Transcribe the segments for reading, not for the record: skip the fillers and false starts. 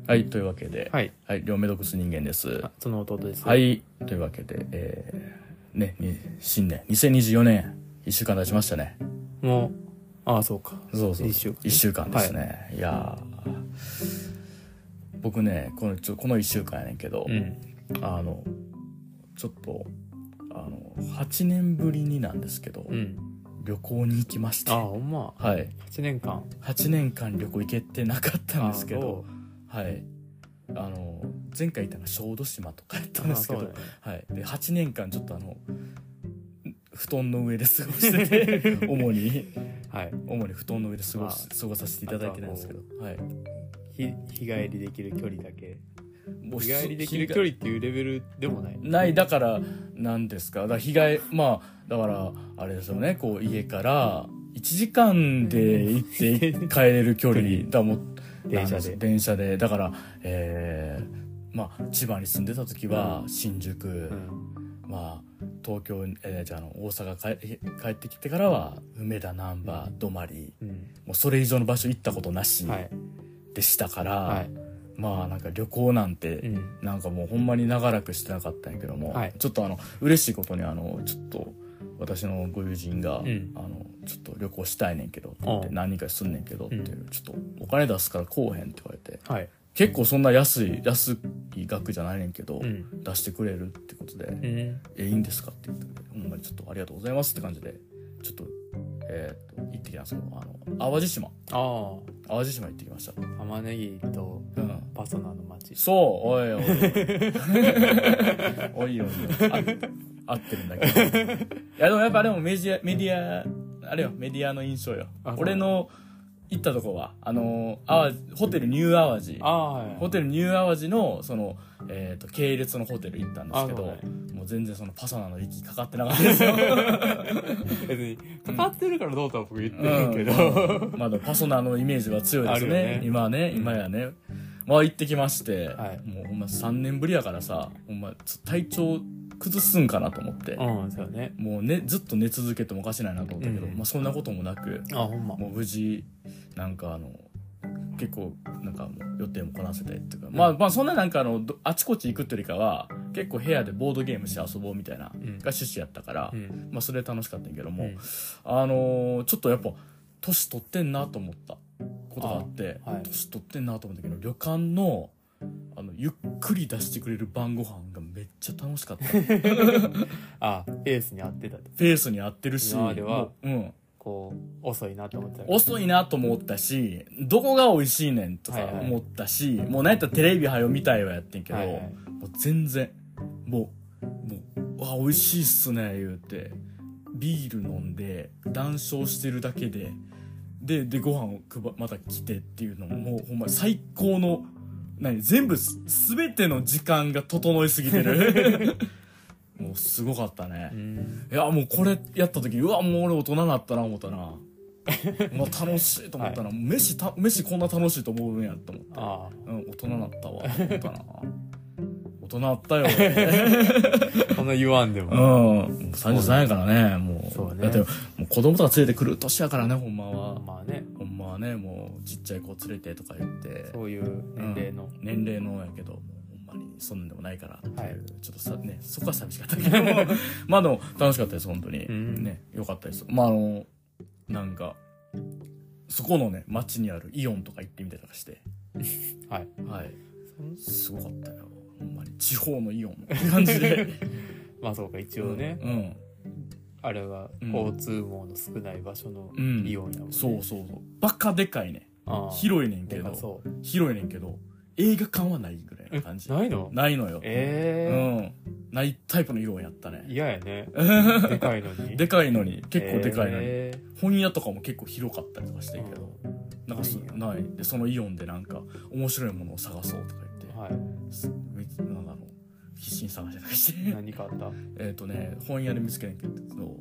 はい、というわけで、 はい、 両目洞窟人間です。 その弟です。 はい、というわけで、新年2024年1週間経ちましたね。 もう、そうか。 そう 1 週間ですね。いや僕ね、この1週間やねんけど、ちょっと8年ぶりになんですけど、旅行に行きまして。 ほんま。 はい。 8年間旅行行けてなかったんですけど、はい。前回行ったのは小豆島とかやったんですけど、はい。で、8年間ちょっと布団の上で過ごしてて、主に布団の上で過ごさせていただいてたんですけど、はい。 日帰りできる距離だけ。日帰りできる距離っていうレベルでもない。 だから何ですか。だからだからあれですよね。こう家から1時間で行って帰れる距離だもん。電車でだから千葉に住んでた時は新宿、東京大阪帰ってきてからは梅田、難波、泊まり、もうそれ以上の場所行ったことなしでしたから、なんか旅行なんて、なんかもうほんまに長らくしてなかったんやけども、ちょっと嬉しいことにちょっと私のご友人が、ちょっと旅行したいねんけどって言って何人かすんねんけどっていう、ちょっとお金出すからこうへんって言われて、結構そんな安い額じゃないねんけど、出してくれるってことで、いいんですかって言ってほんまにちょっとありがとうございますって感じでちょっと行ってきたんですけど、淡路島行ってきました。 玉ねぎとパソナの町、 おい合ってるんだけどいやでもやっぱメディアの印象よ。俺の行ったとこはホテルニュー淡路、ホテルニュー淡路のその系列のホテル行ったんですけど、もう全然そのパソナの息かかってなかったですよ別にかかってるからどうとは僕言ってるけど、 まだパソナのイメージは強いですね。今やね、行ってきまして、もうほんま3年ぶりやからさ、ほんま体調崩すんかなと思って、 そうね、 もうねずっと寝続けてもおかしないなと思ったけど、そんなこともなく、もう無事なんか結構なんかもう予定もこなせてっていうか、そんななんかあちこち行くっていうよりかは結構部屋でボードゲームして遊ぼうみたいなが趣旨やったから、それ楽しかったんやけども、ちょっとやっぱ年取ってんなと思ったことがあって、年取ってんなと思ったけど、旅館のゆっくり出してくれる晩ご飯がめっちゃ楽しかったペースに合ってた。 ペースに合ってるし、 今まではこう遅いなと思ったし、どこが美味しいねんとか思ったし、もうなんやったらテレビはよ見たいわやってんけど、もう全然もう美味しいっすね言うてビール飲んで談笑してるだけでご飯をまた来てっていうのもうほんま最高の全部全ての時間が整いすぎてるもうすごかったね。いやもうこれやった時もう俺大人になったな思ったな楽しいと思ったな、飯こんな楽しいと思うんやと思って、大人になったわ思ったな大人なったよそんな言わんでももう33やからね、もうだってもう子供とか連れてくる年やからね、ほんまはね、もうちっちゃい子連れてとか言ってそういう年齢のやけど、もうほんまにそんなんでもないからっていう、ちょっとそこは寂しかったけどもでも楽しかったです本当に、よかったです。なんかそこのね町にあるイオンとか行ってみたりとかしてすごかったよほんまに、地方のイオンって感じでそうか、一応ね、あれは交通網の少ない場所のイオンやもんね。 そうバカでかいね、広いねんけど映画館はないぐらいな感じ。ないのよ。ないタイプのイオンやったね。 嫌やねでかいのに結構でかいのに、本屋とかも結構広かったりとかしてるけど、なんかないで、そのイオンでなんか面白いものを探そうとか言って、必死に探してたりして何かあった本屋で見つけないけど、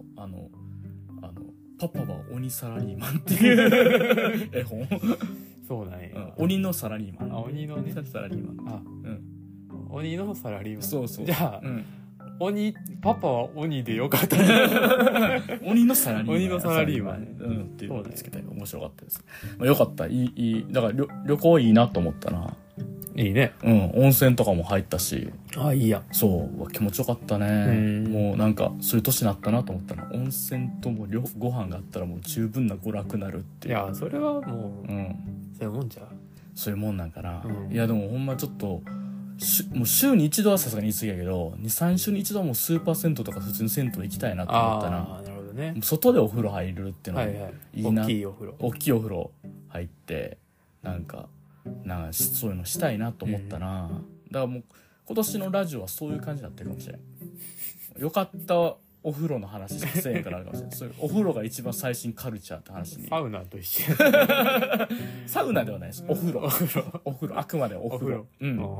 パパは鬼サラリーマンっていう絵本そうなんや、 鬼のサラリーマン、 鬼のねサラリーマン、 鬼のサラリーマン、 そうじゃあ、パパは鬼でよかった鬼のサラリーマンっていうのを見つけて面白かったです。よかった、いいだから旅行いいなと思ったな。 いいね。 温泉とかも入ったし。 あ、いいや。 そう気持ちよかったね。もうなんかそういう年になったなと思ったら、温泉ともご飯があったらもう十分な娯楽なるっていう。 いやそれはもう、そういうもんじゃそういうもんなんかな。いやでもほんまちょっともう週に一度はさすがに言い過ぎやけど、2、3週に一度はもうスーパー銭湯とか普通に銭湯行きたいなと思ったな。 なるほどね。 外でお風呂入るっていうのはいいいな。 大きいお風呂。 大きいお風呂入ってなんかそういうのしたいなと思ったな。だからもう今年のラジオはそういう感じになってるかもしれん。よかったお風呂の話しかせえへんからあるかもしれない。そういうお風呂が一番最新カルチャーって話に。 サウナと一緒サウナではないです。お風呂あくまでお風呂。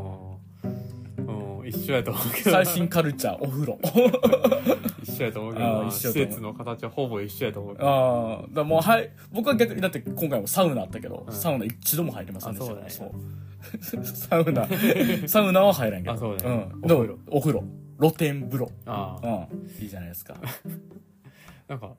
一緒やと思うけど。 最新カルチャーお風呂一緒やと思うけど、施設の形はほぼ一緒やと思うけど。だもう僕は逆にだって今回もサウナあったけど、サウナ一度も入りませんでしたから。そうサウナは入らんけど。 そうだね。 お風呂露天風呂。いいじゃないですか。 なんか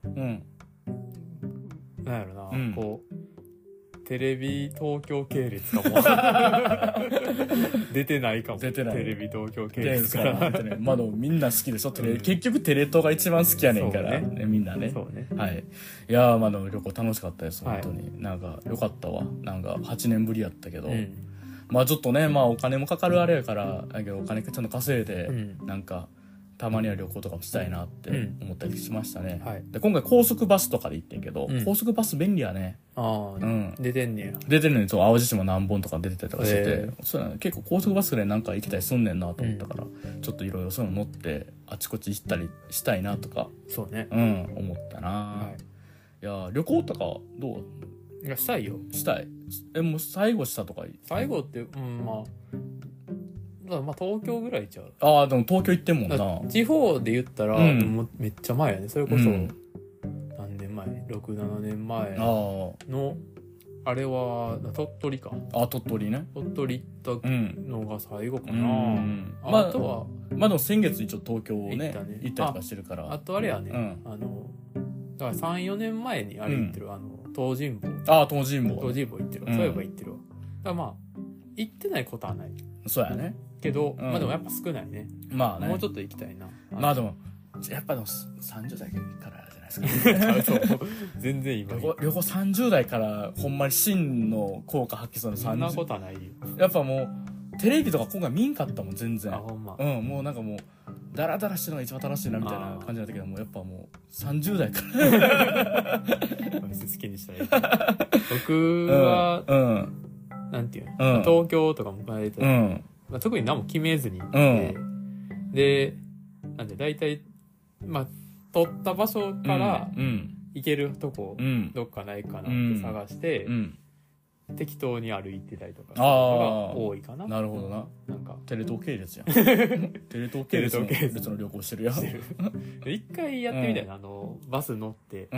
なんやろな、こうテレビ東京系列かも出てないかも。テレビ東京系列からまだみんな好きでしょ。結局テレ東が一番好きやねんからみんなね。はい。いやまだ旅行楽しかったです本当に。なんか良かったわ。なんか8年ぶりやったけど、まあちょっとねお金もかかるあれやからだけど、お金ちゃんと稼いでなんかたまには旅行とかもしたいなって思ったりしましたね。で今回高速バスとかで行ってんけど、高速バス便利やね。 出てんねや。 出てるのに淡路島何本とか出てたりとかしてて、そうだね、結構高速バスでなんか行きたりすんねんなと思ったから、ちょっといろいろそういうの乗ってあちこち行ったりしたいなとかそうね、 思ったな。いや旅行とかどう？ いやしたいよ。 したい。もう最後したとか最後ってまあ東京ぐらいちゃう。 でも東京行ってんもんな。 地方で言ったら、もうめっちゃ前やね。それこそ、何年前 ?6、7年前のあれは鳥取か。 鳥取ね。 鳥取行ったのが最後かな。 あとはでも先月一応東京をね行ったりとかしてるから。 あとあれやね、だから 3,4 年前にあれ行ってる、東尋坊。 東尋坊行ってるわ。そういえば行ってるわ。だから行ってないことはない。 そうやね。 けど、でもやっぱ少ないね。 もうちょっと行きたいな。 でもやっぱ30代からじゃないですか。 そう全然今旅行30代からほんまに真の効果発揮するの30。 そんなことはないよ。 やっぱもうテレビとか今回見んかったもん全然。 ほんま。 もうなんかもうダラダラしてるのが一番楽しいなみたいな感じだったけども、やっぱもう30代から別に好きにしたらいい。僕はなんていうの、東京とかも考えて特に何も決めずに行って、でなんで大体撮った場所から行けるとこ、どっかないかなって探して、適当に歩いてたりとかするのが多いかな。 なるほどな。なんかテレ東系列やん。テレ東系列の旅行してるやん。 一回やってみたいな。バス乗って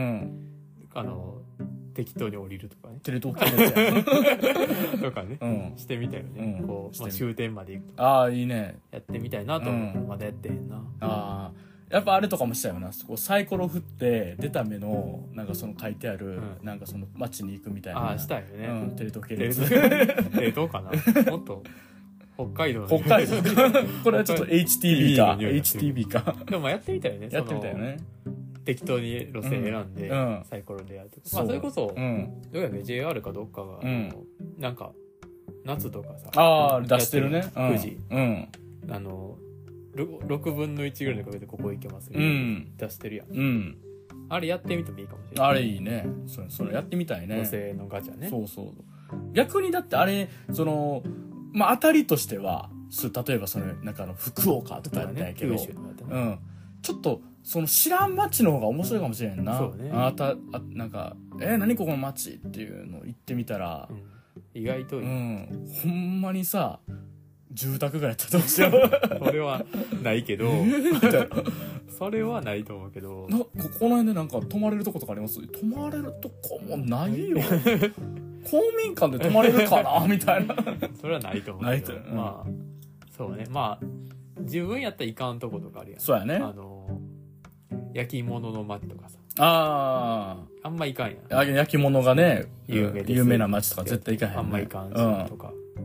適当に降りるとかね。 テレ東系列やんとかね、してみたいよね。こう終点まで行くとか。 いいね。 やってみたいなと思うけどまだやってへんな。 やっぱあれとかもしたよな。サイコロ振って出た目のなんかその書いてあるなんかその街に行くみたいな。 したいよね。 テレ東系列。 テレ東かな。もっと北海道これはちょっと HTB か。HTB か。 でもやってみたいよね。 やってみたいよね。 適当に路線選んでサイコロでやるとか。それこそどうやっけ JR かどっかがなんか夏とかさ出してるね。 9時6分の1ぐらいでかけてここ行けますみたいな出してるやん。あれやってみてもいいかもしれない。 あれいいね。それやってみたいね。 女性のガチャね。 そう逆にだってあれ当たりとしては例えばなんか福岡とかやったんやけど、ちょっとその知らん街の方が面白いかもしれんな。 そうね。 なんか何ここの街っていうの行ってみたら、 意外とほんまにさ住宅街やったらどうしよう。 それはないけどそれはないと思うけど、 この辺でなんか泊まれるとことかあります？泊まれるとこもないよ。公民館で泊まれるかなみたいな。 それはないと思うけど、そうね。自分やったらいかんとことかあるやん。 そうやね。 焼き物の街とかさ。 あんまいかんやん。 焼き物がね有名な街とか絶対行かへん、 あんまいかんとか。あ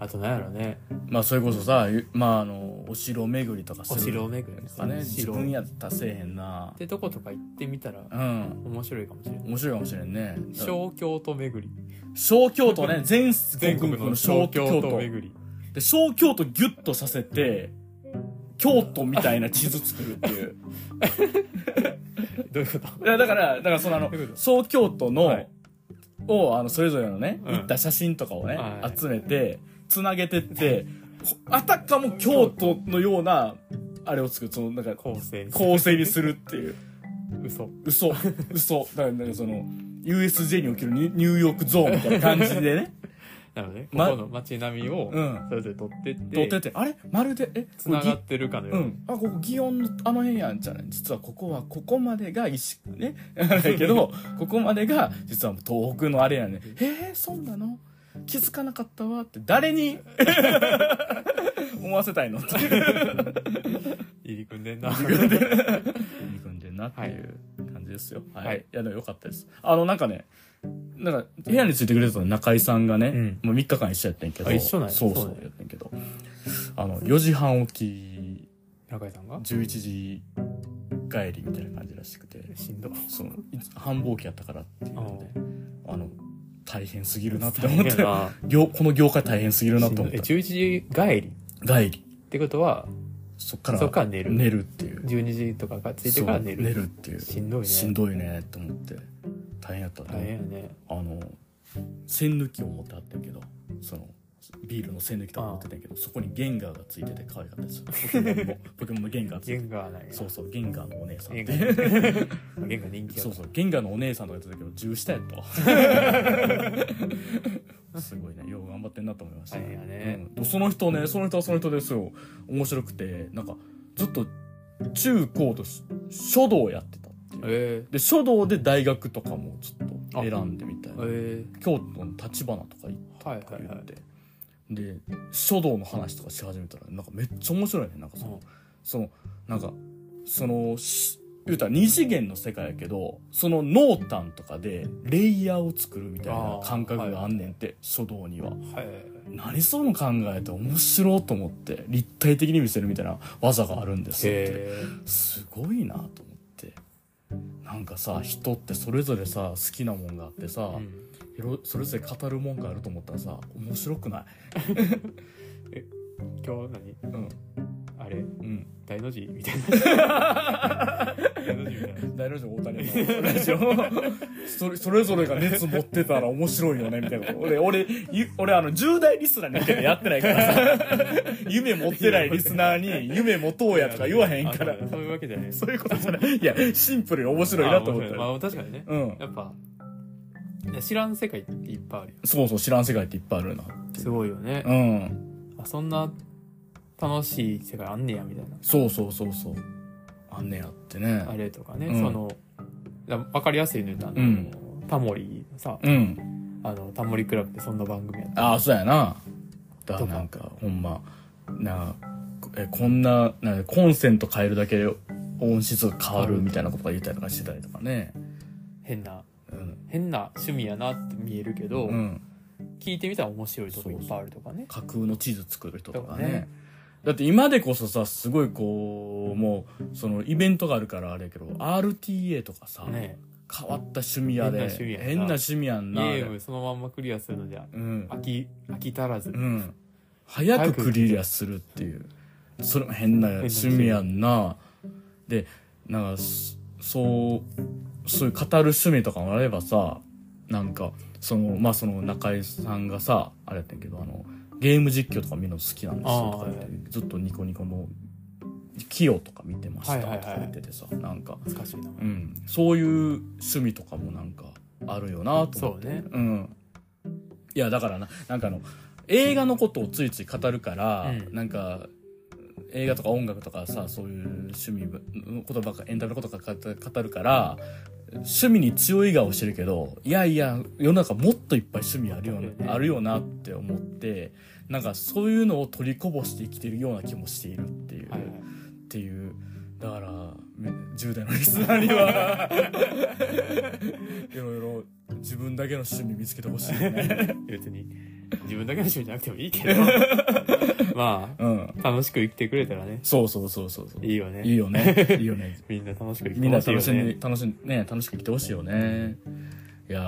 あと何やろね、 まあそれこそさ、まあお城巡りとかお城巡りとかね、自分やったらせえへんなってとことか行ってみたら面白いかもしれない。 面白いかもしれんね。 小京都巡り、 小京都ね、全国の小京都巡りで、小京都ギュッとさせて京都みたいな地図作るっていうどういうこと？ いやだからその小京都の、はい、をそれぞれのね、行った写真とかをね、はい、集めてつなげてってあたかも京都のようなあれを作る、そのなんか構成にするっていう嘘だからなんかその USJ におけるニューヨークゾーンみたいな感じでねなので、ここの街並みをそれぞれ撮ってってあれまるで繋がってるかのように、 あ、ここ祇園のあの辺やんじゃない、実はここはここまでが石ねだけどここまでが実は東北のあれやねそうなの気づかなかったわって誰に思わせたいのって入り組んでんな入り組んでんなっていう感じですよ。はい、いやでもよかったです。なんかね、なんか部屋についてくれた中井さんがね、もう3日間一緒やってんけど、 一緒なんや。 そうやってんけど、4時半起き、 中井さんが 11時帰りみたいな感じらしくて、 しんど、 そう繁忙期やったからっていうので、大変すぎるなって思って、この業界大変すぎるなと思った。 11時帰りってことはそっから寝るっていう、 12時とかがついてから寝るっていう、 しんどいねって思って大変やったね。 大変やね。 栓抜きを持ってあってんけど、そのビールの栓抜きとか持ってたんけど、そこにゲンガーがついてて可愛かったです。ポケモンのゲンガーついてて、 ゲンガーなんや。 そうゲンガーのお姉さんってゲンガー人気や。 そうゲンガーのお姉さんとか言ってたけど10下やったわすごいね、よう頑張ってんなと思いましたね。その人はその人ですよ。面白くて、なんかずっと中高と書道やってたっていう、で書道で大学とかもちょっと選んでみたいな、京都の立花とか行ったとか言って、で書道の話とかし始めたらなんかめっちゃ面白いね。なんかそのなんかその言うたら二次元の世界やけど、その濃淡とかでレイヤーを作るみたいな感覚があんねんって、書道には。何その考えて面白いと思って、立体的に見せるみたいな技があるんですよって、すごいなと思って。なんかさ、人ってそれぞれさ好きなもんがあってさ、それぞれ語るもんがあると思ったらさ、面白くない？ 今日何？あれ？大の字みたいな。 大の字大谷のラジオそれぞれが熱持ってたら面白いよねみたいな。俺10代リスナーに向けてやってないからさ夢持ってないリスナーに夢持とうやとか言わへんから。 そういうわけじゃない。 そういうことじゃない。いやシンプルに面白いなと思った。 まあ確かにね。やっぱ知らん世界っていっぱいあるよ。 そう知らん世界っていっぱいあるな。 すごいよね。そんな楽しい世界あんねやみたいな。そうあんねやってね。 あれとかね、分かりやすいの言うとタモリのさ、タモリクラブってそんな番組やった。 そうやな。なんかほんまこんなコンセント変えるだけで音質が変わるみたいなことが言ったりとかしてたりとかね。 変な趣味やなって見えるけど、聞いてみたら面白いとこいっぱいあるとかね。 架空の地図作る人とかね。だって今でこそさ、すごいこうもうそのイベントがあるからあれやけど RTA とかさ、変わった趣味やで変な趣味やんな。 ゲームそのまんまクリアするのじゃ飽き足らず、 早くクリアするっていう、それも変な趣味やんな。でなんかそういう語る趣味とかもあればさ、なんかその中井さんがさあれやったんやけど、ゲーム実況とか見るの好きなんですよとか言って、ずっとニコニコのキヨとか見てましたとか言っててさ、なんか難しいな、 そういう趣味とかもなんかあるよなと思って。いやだからなんか映画のことをついつい語るから、なんか映画とか音楽とかさ、そういう趣味のことばっかエンタメのことか語るから趣味に強い顔してるけど、いや世の中もっといっぱい趣味あるよなって思って、なんかそういうのを取りこぼして生きてるような気もしているっていう、っていう。だから10代のリスナーにはいろいろ自分だけの趣味見つけてほしいよね。 別に自分だけの趣味じゃなくてもいいけどまあ、楽しく生きてくれたらね。 そういいよね。いいよね。 みんな楽しく生きてほしいよね。 楽しく生きてほしいよね。いや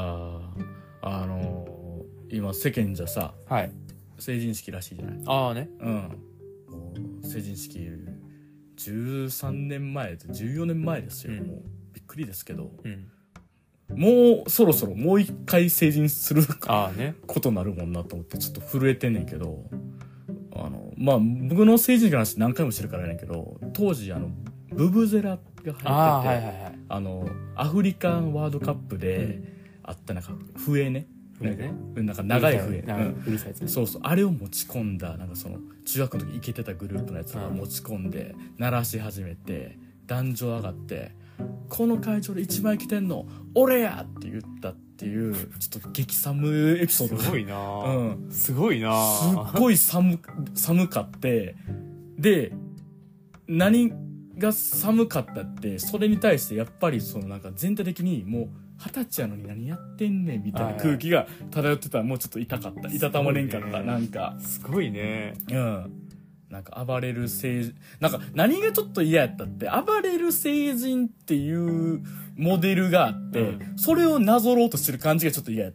今世間じゃさ、はい、成人式らしいじゃない。 ああね。 成人式13年前14年前ですよ。もうびっくりですけど。もうそろそろもう一回成人することになるもんなと思ってちょっと震えてんねんけど、まあ僕の成人式の話何回もしてるからやねんけど、当時ブブゼラが流行ってて、アフリカンワールドカップであったなんか笛ね、なんか長い笛、 うるさいやつね。 そうあれを持ち込んだなんかその中学の時イケてたグループのやつが持ち込んで鳴らし始めて男女上がって、この会場で一番イケてんの俺やって言ったっていうちょっと激寒エピソードがすごいな、すごいな、 すっごい寒かって、で何が寒かったってそれに対してやっぱりそのなんか全体的にもう20歳やのに何やってんねんみたいな空気が漂ってたらもうちょっと痛かった、いたたまれんかった、なんかすごいね。 なんか暴れる成人、なんか何がちょっと嫌やったって暴れる成人っていうモデルがあって、それをなぞろうとしてる感じがちょっと嫌やった。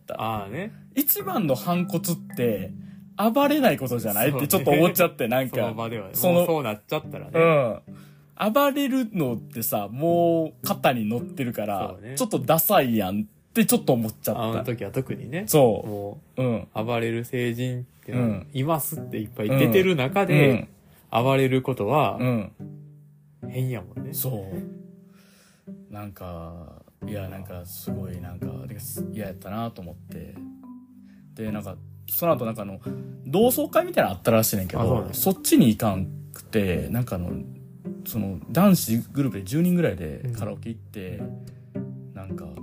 一番の反骨って暴れないことじゃないってちょっと思っちゃって、なんかその場ではそうなっちゃったらね、 暴れるのってさもう肩に乗ってるから、ちょっとダサいやんってちょっと思っちゃった。 あの時は特にね。 もう、暴れる成人っていうのいますっていっぱい出てる中で、暴れることは、変やもんね。 なんか、いや、なんかすごいなんか嫌やったなと思って。で、なんか、その後なんか同窓会みたいなのあったらしいねんけど、そっちに行かんくて、なんかその男子グループで10人ぐらいでカラオケ行って、なんか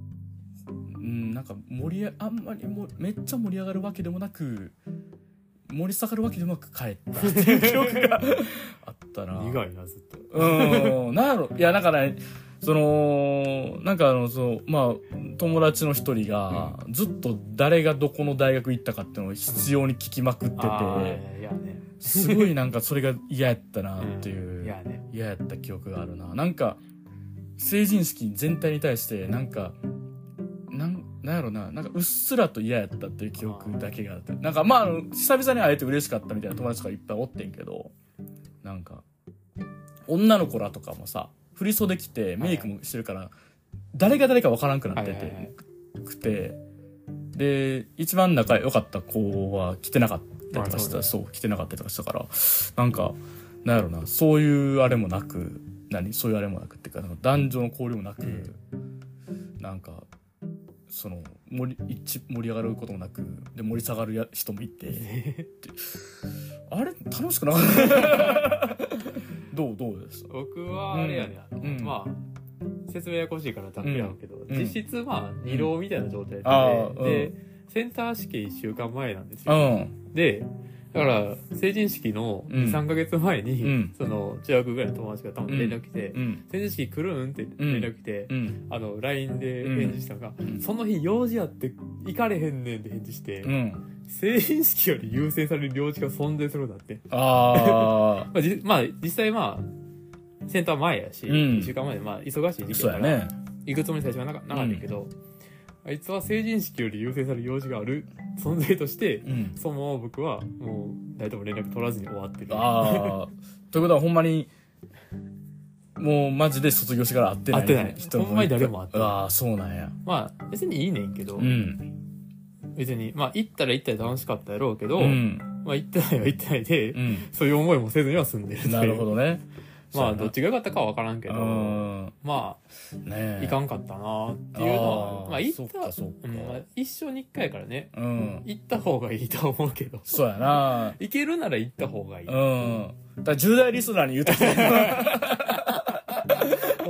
あんまりめっちゃ盛り上がるわけでもなく盛り下がるわけでもなく帰ったっていう記憶があったな。 苦いなずっと。 なんやろ、いやだからなんかまあ友達の一人がずっと誰がどこの大学行ったかっていうのを必要に聞きまくってて、すごいなんかそれが嫌やったなっていう、嫌やった記憶があるな。なんか成人式全体に対してなんやろな、なんかうっすらと嫌やったっていう記憶だけがあって、なんかまあ久々に会えて嬉しかったみたいな友達がいっぱいおってんけど、なんか女の子らとかもさ振り袖着てメイクもしてるから誰が誰か分からんくなってて、で一番仲良かった子は着てなかったりとかした、着てなかったりとかしたから、なんかなんやろな、そういうあれもなく、そういうあれもなくっていうか、男女の交流もなく、なんか盛り上がることもなくで盛り下がる人もいてあれ楽しくなかったどうですか？ 僕はあれやね、まあ説明ややこしいからだけやるけど、実質まあ二浪みたいな状態で、センター試験1週間前なんですよ。でだから成人式の 2,3 ヶ月前に、その中学ぐらいの友達が多分連絡来て、成人式来るんって連絡来て、LINE で返事したのが、その日用事やって行かれへんねんって返事して、成人式より優先される用事が存在するんだって。まあ実際まあセンター前やし、1週間前でまあ忙しい時期だから行くつもり最初はなかったけど、あいつは成人式より優先される用事がある存在として、そのまま僕はもう誰とも連絡取らずに終わってる。 ということはほんまにもうマジで卒業してから会ってない人もほんまに誰も会ってない。 そうなんや。 まあ別にいいねんけど、別にまあ行ったら楽しかったやろうけど、まあ行ってないは行ってないで、そういう思いもせずには済んでる。 なるほどね。 まあどっちが良かったかは分からんけど、まあいかんかったなっていうのは、まあ行った一生に一回からね、行った方がいいと思うけど。 そうやな。 行けるなら行った方がいい。 だから10代リスナーに言うとほん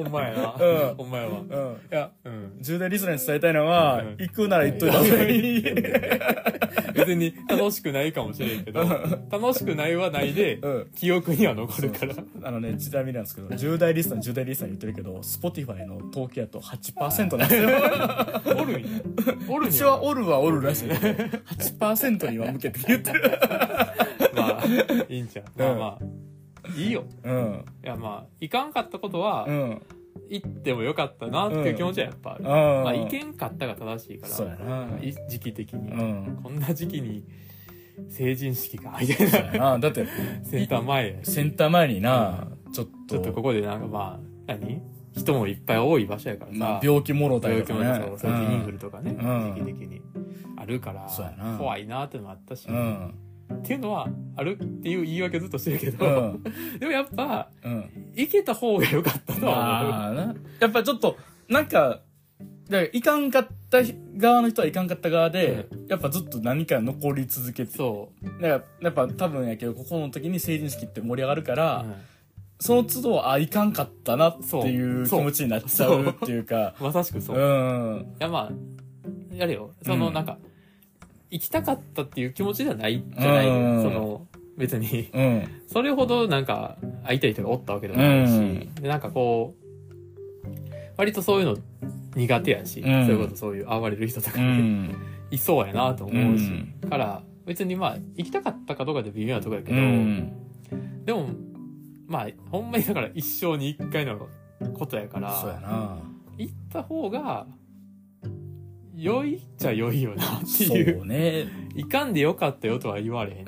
んまやな。ほんまやわ。 いや、10代リスナーに伝えたいのは、行くなら行っといた方がいい。 別に楽しくないかもしれんけど、楽しくないはないで、記憶には残るから。 ちなみになんですけど、10代リスナー言ってるけど、Spotify の統計だと 8% なんですよ。 おるんや。おるんや。 一応おるらしいけど、8% には向けて言ってる。 まあ、いいんちゃう。まあ、いいよ。いや、まあ、いかんかったことは、行ってもよかったなっていう気持ちはやっぱある。まあ、行けんかったが正しいから、 そうやな。 時期的に。こんな時期に、成人式がみたいな。 だって、 センター前にな、ちょっとここでなんかまあ、人もいっぱい多い場所やからさ。 病気もろたりとかね。 そうインフルとかね、時期的にあるから、怖いなってのもあったし。っていうのはあるっていう言い訳ずっとしてるけど、でもやっぱ、行けた方が良かったとは思う。 やっぱちょっと、なんか、いかんかった側の人はいかんかった側で、やっぱずっと何か残り続けて。そう。だからやっぱ多分やけど、ここの時に成人式って盛り上がるから、その都度、いかんかったなっていう気持ちになっちゃうっていうか。 まさしくそう。いやまあ、やれよ。なんか、行きたかったっていう気持ちじゃないじゃない。別に。それほどなんか、会いたい人がおったわけでもないし。で、なんかこう、割とそういうの苦手やし、そういう哀れる人とかいそうやなと思うし。から、別にまあ、行きたかったかどうかで微妙なとこやけど、でも、まあ、ほんまにだから一生に一回のことやから、 そうやな。 行った方が、良いっちゃ良いよなっていう。そうね。いかんでよかったよとは言われへん。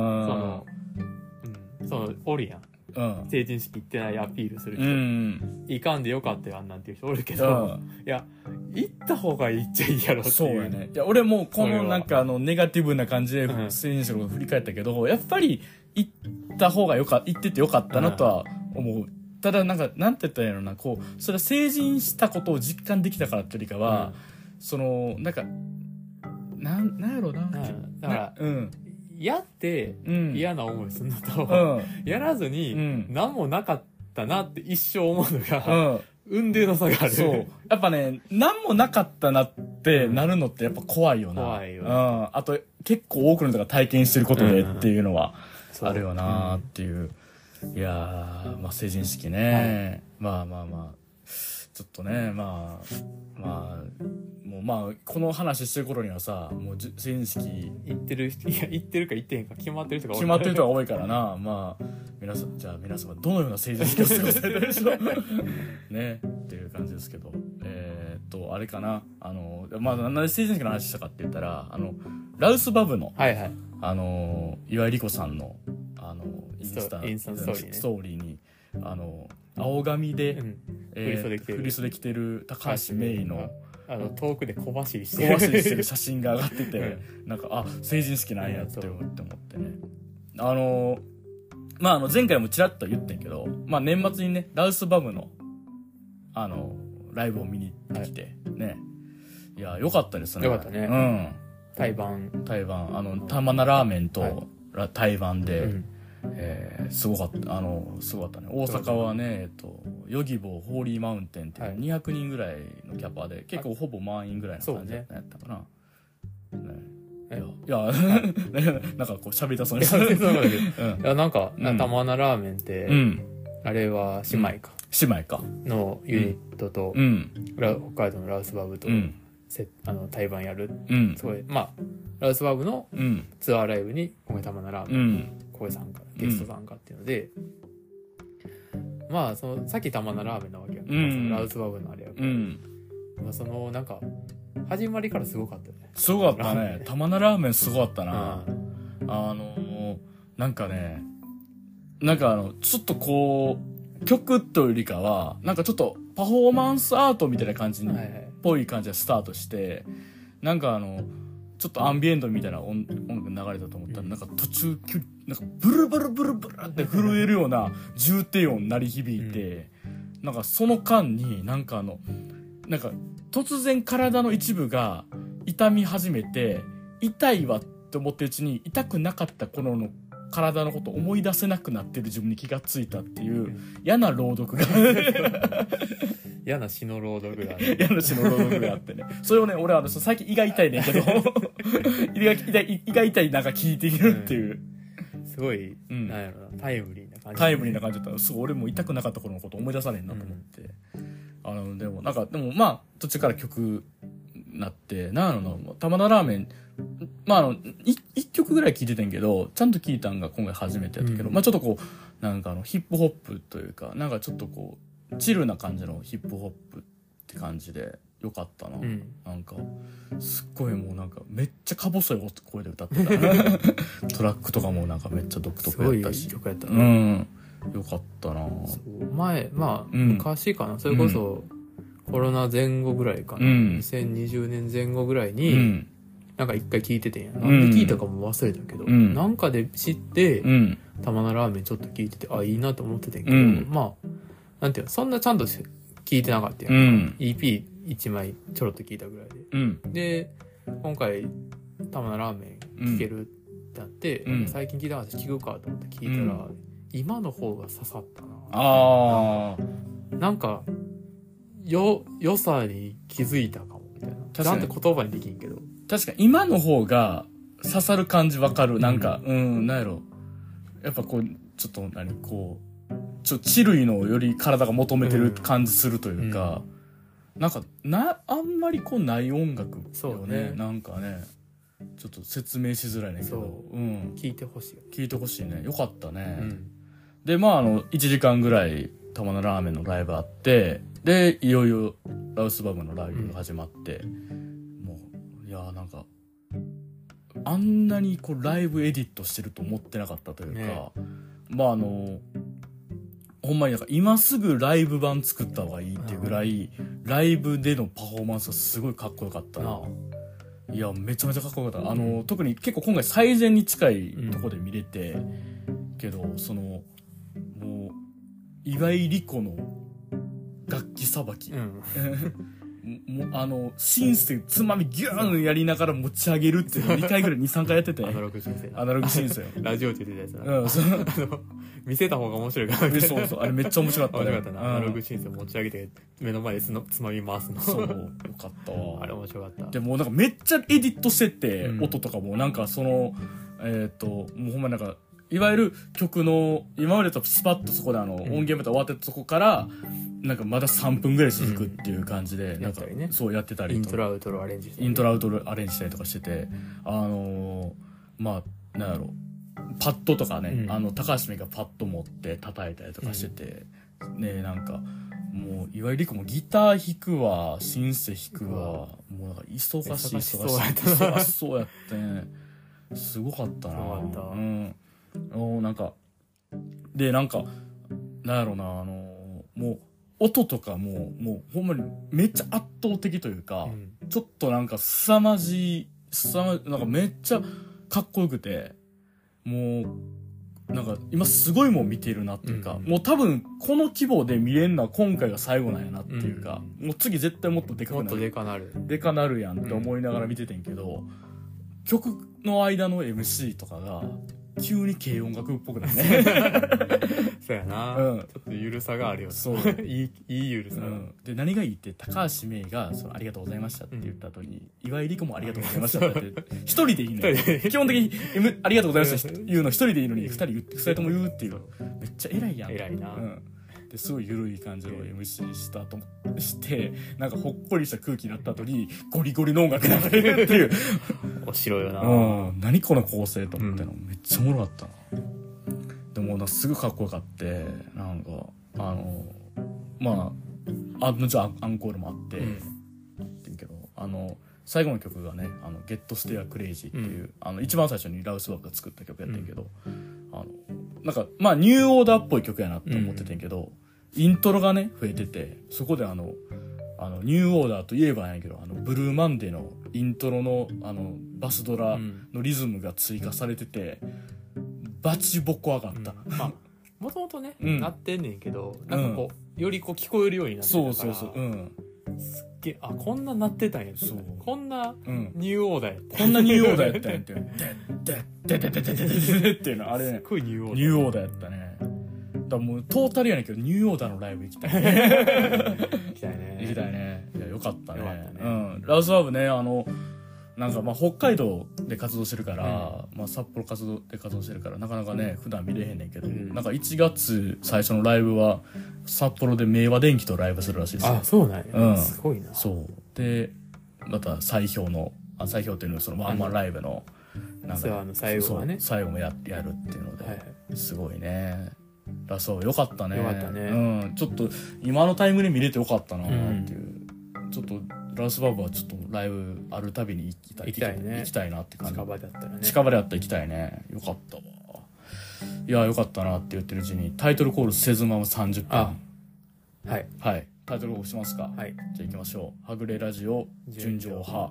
おるやん。成人式行ってないアピールする人。いかんでよかったよ、あんなんていう人おるけど、いや、行った方がいいっちゃいいやろっていう。 そうやね。いや、俺もこのなんかネガティブな感じで成人式のこと振り返ったけど、やっぱり行った方が行っててよかったなとは思う。ただなんか、なんて言ったらいいのな、こう、それは成人したことを実感できたからっていうよりかは、なんか、なんやろうな。 だから、やって嫌な思いするのと、やらずに何もなかったなって一生思うのが、運命の差がある。そう。 やっぱね、何もなかったなってなるのってやっぱ怖いよな。 怖いよ。 あと、結構多くの人が体験してることでっていうのはあるよなっていう。いやー、まあ成人式ね。まあ。ちょっとね、もうこの話してる頃にはさ、もう成人式行ってるか行ってへんか決まってる人が多いからな。まあ、皆様どのような成人式を過ごされたでしょうね、っていう感じですけど。あれかな。なんで成人式の話したかって言ったら、ラウスバブの、岩井理子さんの、インスタストーリーに、青髪で、振り袖着てる高橋芽衣の、 遠くで小走りしてる写真が上がってて、なんか、成人式なんやって思ってね。前回もちらっと言ってんけど、年末にね、ラウスバブの、ライブを見に行ってきて、ね。いや、よかったですね。 よかったね。対バン。 玉名ラーメンと対バンで、すごかったね。大阪はね、ヨギボーホーリーマウンテンっていう200人ぐらいのキャパで、結構ほぼ満員ぐらいの感じだったかな。いや、なんかこう喋りたそうにしていや、なんか、玉名ラーメンって、あれは姉妹か。のユニットと、北海道のラウスバブと、対バンやる。すごい、ラウスバブのツアーライブに、玉名ラーメン、声参加、ゲスト参加っていうので、さっき玉名ラーメンなわけやから、ラウスバブのあれやから、なんか、始まりからすごかったよね。 すごかったね。玉名ラーメンすごかったな。なんかね、ちょっとこう、曲というよりかは、なんかちょっとパフォーマンスアートみたいな感じに、ぽい感じでスタートして、なんかちょっとアンビエントみたいな音楽流れたと思ったら、なんか途中、なんかブルブルブルブルって震えるような重低音鳴り響いて、なんかその間になんかなんか突然体の一部が痛み始めて、痛いわって思ってるうちに痛くなかった頃の体のこと思い出せなくなってる自分に気がついたっていう嫌な朗読が嫌な詩の朗読が嫌な詩の朗読があってね、それをね俺は最近胃が痛いねんけど胃が痛いなんか聞いているっていう、 すごい、なんやろな、タイムリーな感じ、 タイムリーな感じだったらすごい俺も痛くなかった頃のこと思い出さねえなと思って、でもまあ途中から曲なってなんやろな、玉田ラーメン1曲ぐらい聴いてたんけどちゃんと聴いたんが今回初めてやったけど、ちょっとこうなんかヒップホップというかなんかちょっとこうチルな感じのヒップホップって感じでよかったな、なんかすっごいもうなんかめっちゃか細い声で歌ってたトラックとかもなんかめっちゃ独特やったし、 すごい曲やったね、 よかったな。 前昔かな、それこそ、コロナ前後ぐらいかな、2020年前後ぐらいに、なんか一回聞いててんや、なんで聞いたかも忘れたけど、なんかで知って、玉名ラーメンちょっと聞いてていいなと思っててんけど、まあなんていうの、そんなちゃんと聞いてなかったやん、EP1 枚ちょろっと聞いたぐらいで、で今回玉名ラーメン聞けるってなって、最近聞いたから聞くかと思って聞いたら、今の方が刺さったな。なんか良さに気づいたかもみたいな。ちゃんと言葉にできんけど。 確かに今の方が刺さる感じわかる。なんかなんやろ。やっぱこうちょっとチルいのをより体が求めてる感じするというか、なんかあんまりこうない音楽よね。なんかね。ちょっと説明しづらいねんけど、 聞いてほしい。 聞いてほしいね。よかったね。で1時間ぐらい玉名ラーメンのライブあって、でいよいよラウスバグのライブが始まって、もういやなんかあんなにこうライブエディットしてると思ってなかったというか、ほんまになんか今すぐライブ版作った方がいいっていうぐらい、ライブでのパフォーマンスがすごいかっこよかったな。いやめちゃめちゃかっこよかった。特に結構今回最前に近いとこで見れて、けどもう岩井莉子の楽器さばき、シンセつまみギューンやりながら持ち上げるっていうのを2回ぐらい 2,3 回やっててアナログシンセラジオって言ってたやつな、見せた方が面白いから、 そうあれめっちゃ面白かったね。 面白かったな、アナログシンセ持ち上げて目の前でつまみ回すの。 そうよかったわ。 あれ面白かった。 でもなんかめっちゃエディットしてて、音とかもなんかもうほんまなんかいわゆる曲の今までとスパッとそこで音源まで終わってたとこからなんかまだ3分ぐらい続くっていう感じで、なんかそうやってたりとか、 イントロアウトロアレンジしたりとかしてて、なんやろパッドとかね、高橋芽がパッド持って叩いたりとかしてて、ね、なんかもう岩井莉子もギター弾くわシンセ弾くわ、もうなんか忙しそうやってね、すごかったな。なんかでなんかなんやろな、もう音とかもうほんまにめっちゃ圧倒的というか、ちょっとなんか凄まじなんかめっちゃかっこよくて、もうなんか今すごいもん見てるなっていうか、もう多分この規模で見れるのは今回が最後なんやなっていうか、もう次絶対もっとでかくなる、 もっとでかなるやんって思いながら見ててんけど、曲の間の MC とかが急に軽音楽っぽくなるね。 そうやな、ちょっとゆるさがあるよね。 そういいゆるさ、 で何がいいって高橋芽がありがとうございましたって言った後に、岩井莉子もありがとうございましたって一人でいいのよ。基本的に、ありがとうございました言うの一人でいいのに二人とも言うっていう、めっちゃ偉いやん。 偉いな。 ですごい緩い感じの MC したとしてなんかほっこりした空気になった後にゴリゴリの音楽流れるっていう面白いよな。 何この構成と思っての、めっちゃおもろかったな。でもすぐかっこよかってなんかもちろんアンコールもあって、けど最後の曲がね「ゲットステアクレイジーっていう、一番最初にラウスバーグが作った曲やってんけど、なんかニューオーダーっぽい曲やなって思っててんけど、イントロがね増えてて、そこでニューオーダーといえばやけどブルーマンデーのイントロのバスドラのリズムが追加されてて、バチボコ上がった。 もともとね、なってんねんけど、なんかより聞こえるようになってたから、 そう、 すっげこんななってたんや。そうこんなニューオーダーやった、 こんなニューオーダーやったんやってでっていうのあれね、 すごいニューオーダーやったね。だもうトータルやねんけどニューオーダーのライブ行きたい行きたいね。 行きたいね。いやよかったね。ラズワブね、なんかまあ北海道で活動してるから、まあ札幌で活動してるからなかなかね普段見れへんねんけど、なんか1月最初のライブは札幌で明和電機とライブするらしいですよ。 あ、そうなんや。すごいな。 そうでまた最強っていうのはそのワンマンライブのなんか最後はね、 最後もやるっていうので、すごいね。そうよかったね。 よかったね。 ちょっと今のタイムで見れてよかったなっていう、ちょっとラスバブはちょっとライブあるたびに行きたいなって感じ。 近場だったらね。 近場であったら行きたいね。よかったわ。いやよかったなって言ってるうちにタイトルコールせずまま30分。はいタイトルコールしますか。 はい、 じゃあ行きましょう。はぐれラジオ純情派。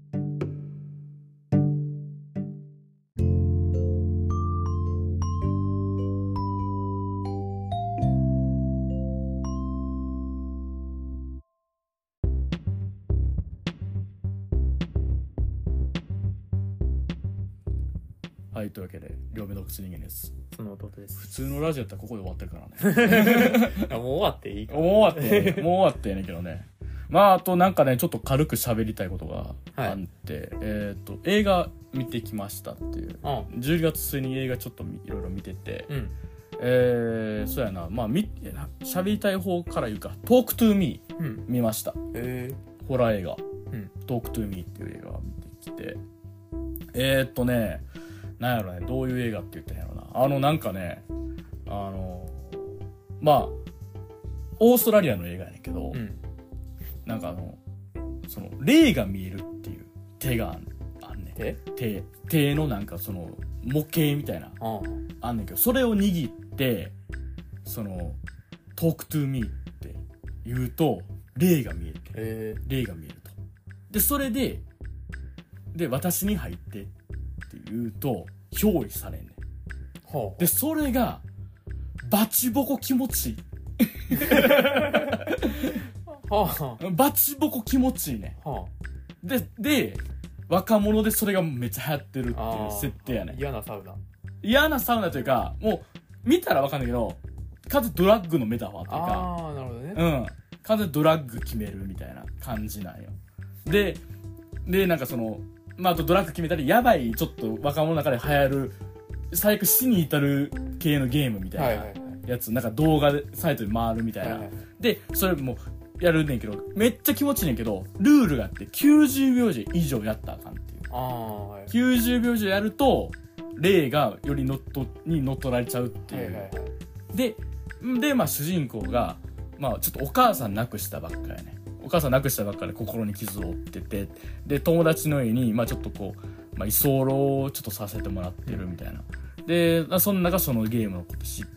はい、というわけで両目洞窟人間です。 その弟です。 普通のラジオやったらここで終わってるからね。 もう終わっていいかな。 もう終わってんねんけどね。まああとなんかねちょっと軽く喋りたいことがあって、映画見てきましたっていう。12月末に映画ちょっといろいろ見てて、そうやな、まあ喋りたい方から言うか、トークトゥーミー見ました。ホラー映画、トークトゥーミーっていう映画を見てきて、なんやろね、どういう映画って言ったんやろな。なんかね、まあオーストラリアの映画やねんけど、なんかその霊が見えるっていう手があんねん。手のなんかその模型みたいなあんねんけど、それを握ってそのトークトゥーミーって言うと霊が見える、霊が見えると。でそれで私に入ってって言うと憑依されんねん。でそれがバチボコ気持ちいい。バチボコ気持ちいいね。で若者でそれがめっちゃ流行ってるっていう設定やね。 嫌なサウナというか、もう見たらわかんないけど完全ドラッグのメタファーっていうか、 なるほどね。 完全ドラッグ決めるみたいな感じなんよ。でなんかそのまあ、あとドラッグ決めたりやばいちょっと若者の中で流行る最悪死に至る系のゲームみたいなやつ、なんか動画でサイトで回るみたいな、でそれもやるねんけどめっちゃ気持ちいいねんけどルールがあって90秒以上やったらあかんっていう。90秒以上やると霊がより乗っ取られちゃうっていう、でまあ主人公がまあちょっとお母さん亡くしたばっかやね。お母さん亡くしたばっかで心に傷を負ってて、で友達の家にまあちょっとこう、まあ、居候をちょっとさせてもらってるみたいな。でその中そのゲームのこと知って、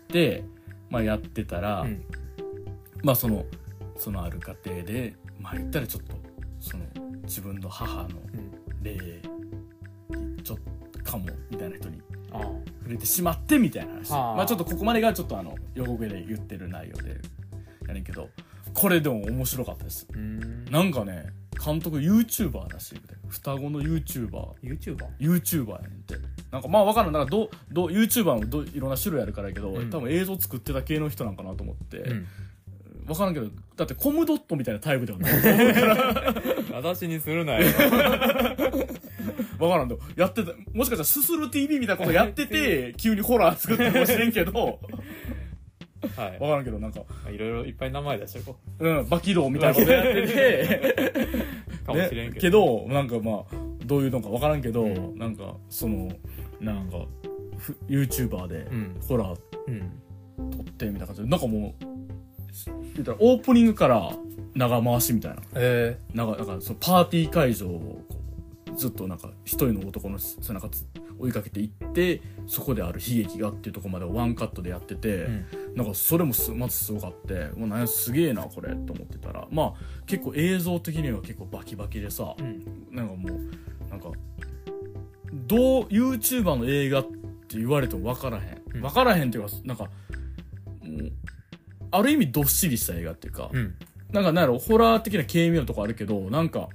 まあ、やってたら、まあそのある家庭でまあ言ったらちょっとその自分の母の霊にちょっとかもみたいな人に触れてしまってみたいな話。まあちょっとここまでがちょっと予告で言ってる内容でやねんけど、これでも面白かったです。なんかね監督 YouTuber らしいみたいな。双子の YouTuber やねんって。なんかまあ分からん。なんかYouTuber もいろんな種類あるからやけど、多分映像作ってた系の人なんかなと思って、分からんけどだってコムドットみたいなタイプではないと思うから私にするなよ。 分からんとやってた。もしかしたらすする TV みたいなことやってて急にホラー作ったかもしれんけど分からんけどなんかいろいろいっぱい名前出してこう。バキドーみたいなことやっててかもしれんけどなんかまあどういうのか分からんけど、なんかそのなんかYouTuber でホラー撮ってみたいな感じで、なんかもう言ったらオープニングから長回しみたいな、なんかそのパーティー会場をずっとなんか一人の男の背中追いかけていって、そこである悲劇がっていうところまでワンカットでやってて、なんかそれもまずすごかって、もうなんやすげえなこれと思ってたら、まあ結構映像的には結構バキバキでさ、なんかもうなんかどう YouTuber の映画って言われても分からへん、分からへんっていうか、なんかもうある意味どっしりした映画っていうか、 なんかなんやろ、ホラー的な軽妙なとこあるけど、なんか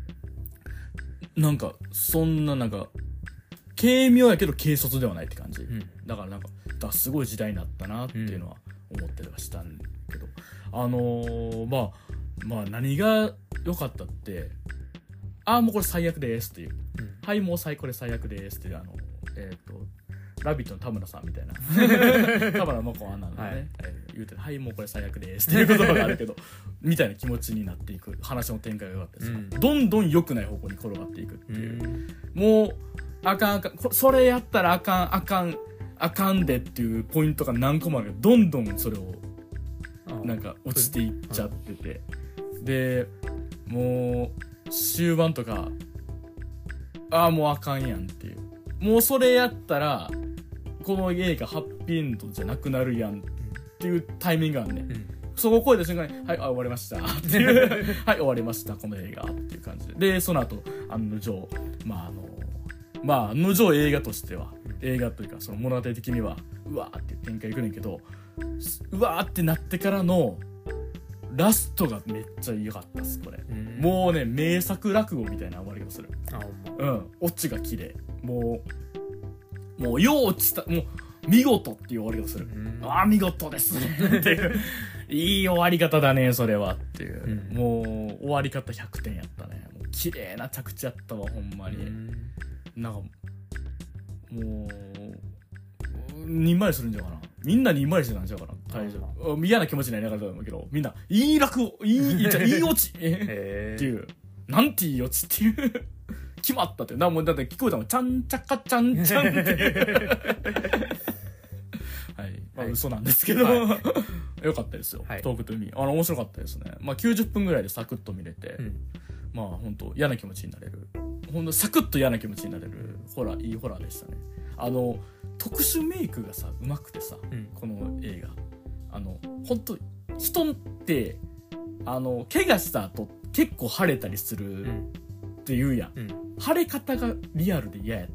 そんななんか軽妙やけど軽率ではないって感じ、うん、だからなんかすごい時代になったなっていうのは思ったりはしたんだけど、まあ何が良かったって、もうこれ最悪ですっていう、うん、はいもうこれ最悪ですっていうラビットの田村さんみたいな田村真子アナのね、はい、言うてはいもうこれ最悪ですっていう言葉があるけどみたいな気持ちになっていく話の展開が良かったです、うん、どんどん良くない方向に転がっていくっていう、うん、もうあかんそれやったらあかんでっていうポイントが何個もあるけど、どんどんそれをなんか落ちていっちゃってて、でもう終盤とかもうあかんやんっていう、もうそれやったらこの映画ハッピーエンドじゃなくなるやんっていうタイミングがあるね、うん、そこを超えた瞬間にはい終わりましたっていうはい終わりましたこの映画っていう感じで、その後案の定案の定映画としては、映画というかその物語的にはうわーって展開いくねんけど、うわーってなってからのラストがめっちゃ良かったっすこれ、もうね名作落語みたいな終わり方する、オチが綺麗、もうよう落ちた、もう見事っていう終わり方する、見事ですっていういい終わり方だねそれはっていう、もう終わり方100点やったね、もう綺麗な着地やったわほんまに、なんかもうにんまりするんじゃうかな、みんなにんまりしてたんちゃうかな、会場嫌な気持ちになりながらだと思うけど、みんないい落語いいオチっていうなんていいオチっていう決まったって、もうだって聞こえたもん、ちゃんちゃかちゃんちゃんってはい、嘘なんですけど、よかったですよ、トークトゥーミー面白かったですね、90分ぐらいでサクッと見れて、本当嫌な気持ちになれる、本当サクッと嫌な気持ちになれるいいホラーでしたね。特殊メイクがさうまくてさ、この映画本当人って怪我した後結構腫れたりするって言うやん、腫れ方がリアルで嫌やった、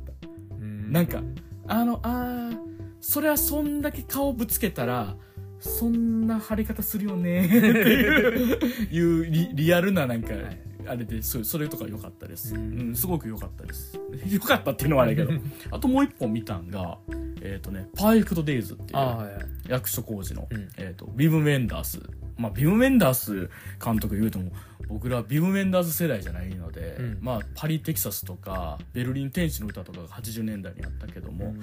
なんかそれはそんだけ顔ぶつけたらそんな腫れ方するよねっていうリアルななんか、あれでそれとか良かったです、すごく良かったです良かったっていうのはあれだけどあともう一本見たんがパーフェクトデイズっていう役所広司の、ビブ・ウェンダース、ビブ・ウェンダース監督言うとも僕らビブ・ウェンダース世代じゃないので、パリ・テキサスとかベルリン天使の歌とかが80年代にあったけども、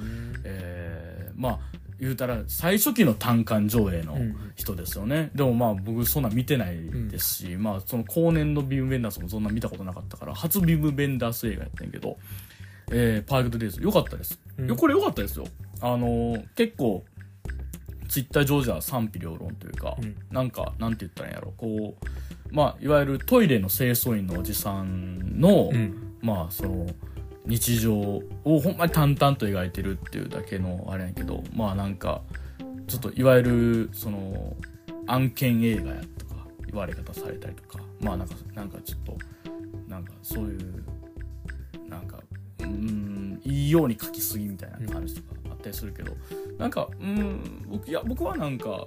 言うたら最初期の単館上映の人ですよね、でも僕そんな見てないですし、その後年のビブ・ウェンダースもそんな見たことなかったから初ビブ・ウェンダース映画やったんやけど、パーフェクトデイズ良かったです、これ良かったですよ。結構ツイッター上じゃ賛否両論というか、なんて言ったらいいんやろ、こういわゆるトイレの清掃員のおじさんの、その日常をほんまに淡々と描いてるっていうだけのあれやけど、なんかちょっといわゆるその案件映画やとか言われ方されたりとか、なんかちょっとなんかそういうなんかいいように書きすぎみたいな感じとかあったりするけど、なんか僕はなんか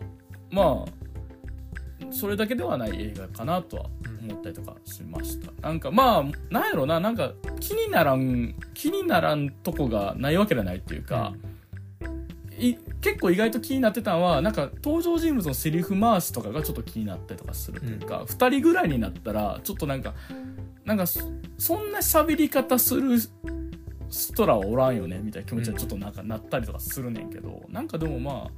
それだけではない映画かなとは思ったりとかしました。なんかなんやろな、なんか気にならんとこがないわけじゃないっていうか、結構意外と気になってたのはなんか登場人物のセリフ回しとかがちょっと気になったりとかするというか、2人ぐらいになったらちょっとなんかそんな喋り方する人らはおらんよねみたいな気持ちはちょっとなんかなったりとかするねんけど、なんかでも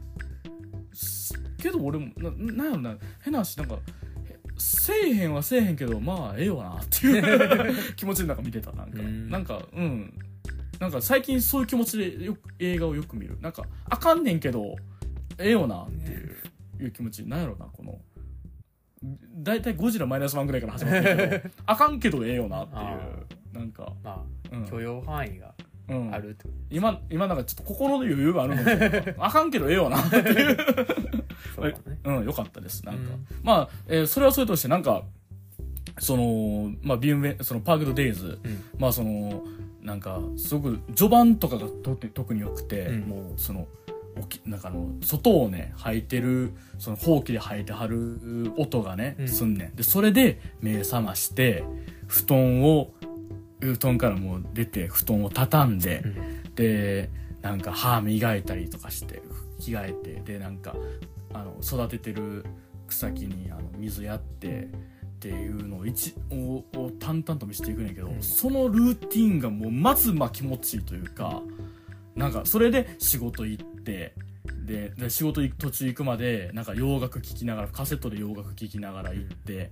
けど俺もなんやろな、変な話、なんかせえへんけどええよなっていう気持ちでなんか見てた、なんか最近そういう気持ちで映画をよく見る、なんかあかんねんけどええよなっていう気持ち、なんやろな、このだいたいゴジラ-1ぐらいから始まってるけどあかんけどええよなっていうなんか許容範囲があるってこと、 今なんかちょっと心の余裕があるのであかんけどええよなっていうそうだね、よかったです。なんかそれはそれとしてなんかそのそのパーフェクトデイズ、そのなんかすごく序盤とかが特に良くて、もうそのなんか外をね吐いてるそのほうきで吐いてはる音がね、すんねん。でそれで目覚まして布団からもう出て布団を畳んで、でなんか歯磨いたりとかして着替えて、でなんか育ててる草木に水やってっていうのを淡々と見せていくねんけど、そのルーティンがもうまず気持ちいいというか、なんかそれで仕事行ってで仕事途中行くまでなんか洋楽聴きながらカセットで洋楽聴きながら行って、